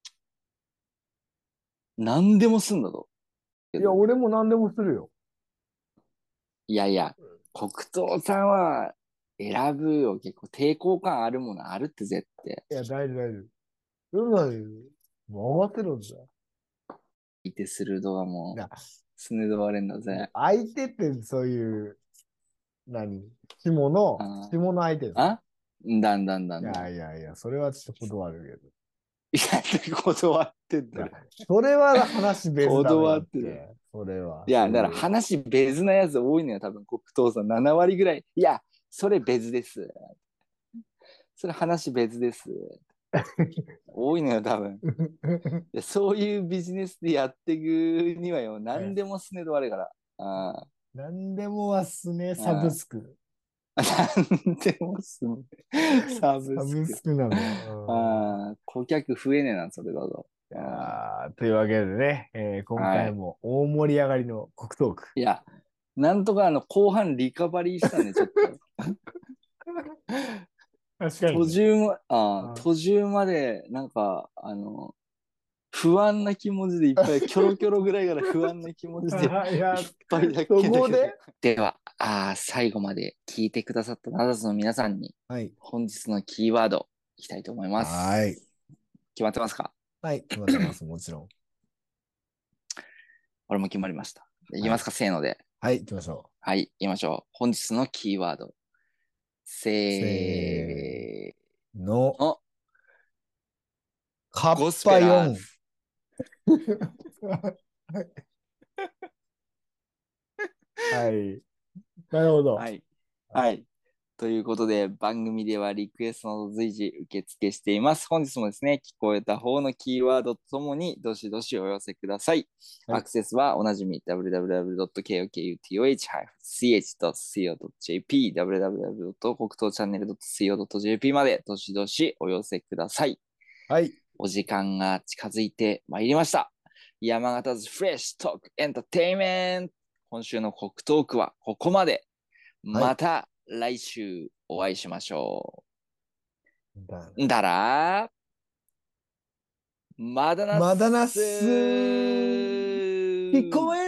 何でもすんだと。けいや、 ど、 俺も何でもするよ。 いやいや、黒糖さんは選ぶよ。結構抵抗感あるものあるって絶対。 いや、大丈夫、大丈夫。うんなに、もう合わせるんだよ。 いてする動画も、 な、 スヌードバレんだぜ。 相手ってそういう、何下の、 あ下の相手ですか？ あ、だんだんだいやんだん。 いやいや、それはちょっと断るいや、断ってんけど。いや、 だろ。 それは話別だべだ断ってる。 って。それは、 いや、だからそういう。 話別なやつ多いのよ、多分黒糖さん。なな割ぐらい。いや、それ別です。それ話別です。多いのよ、多分。でそういうビジネスでやっていくにはよ、何でもすねとあるから。あ何でもはすね、サブあ、 スク。 ああ、何でもすね。サブサブススク。 クなのよ。 ああ、顧客増えねえな、それだと。 いあやーというわけでね、えーあ、 今はい。 回も大盛り上がりの黒トーク。 いや、なんとかあの後半リカバリーしたね、ちょっと。 確かにね。 途中も、あー、 あ途中まで、なんか、あの、不安な気持ちでいっぱい、キョロキョロぐらいから不安な気持ちでいっいや、 ぱいだそけだけど。 こで、 では、あー最後まで聞いてくださったナダスの皆さんに、 はい。 本日のキーワード、いきたいと思いまはい。 す。決まってますか？ はい。決まってます、もちろん。 俺も決まりました。いきはい。 ますか、せーので。 はい、行きましょはい、言いましょう。本日のキーワード。 う。せせーの。 ーの、 カッゴスペパよん。 ラーズ。 はい。なるほど。 はい。はい。 ということで、番組ではリクエストの随時受付しています。本日もですね、聞こえた方のキーワードとともに、どしどしお寄せください。 はい、 アクセスはおなじみ ダブリュダブリュダブリュドットコクトーチドットシーオードットジェーピー ダブリュダブリュダブリュドットコクトーチャンネルドットシーオードットジェーピー までどしどしお寄せください。 はい。 お時間が近づいてまいりました。山形ズフレッシュトークエンターテイメント。今週のコクトークはここまで。 はい、 また来週お会いしましょだう。だらまだなっまだなっすすー。聞こえ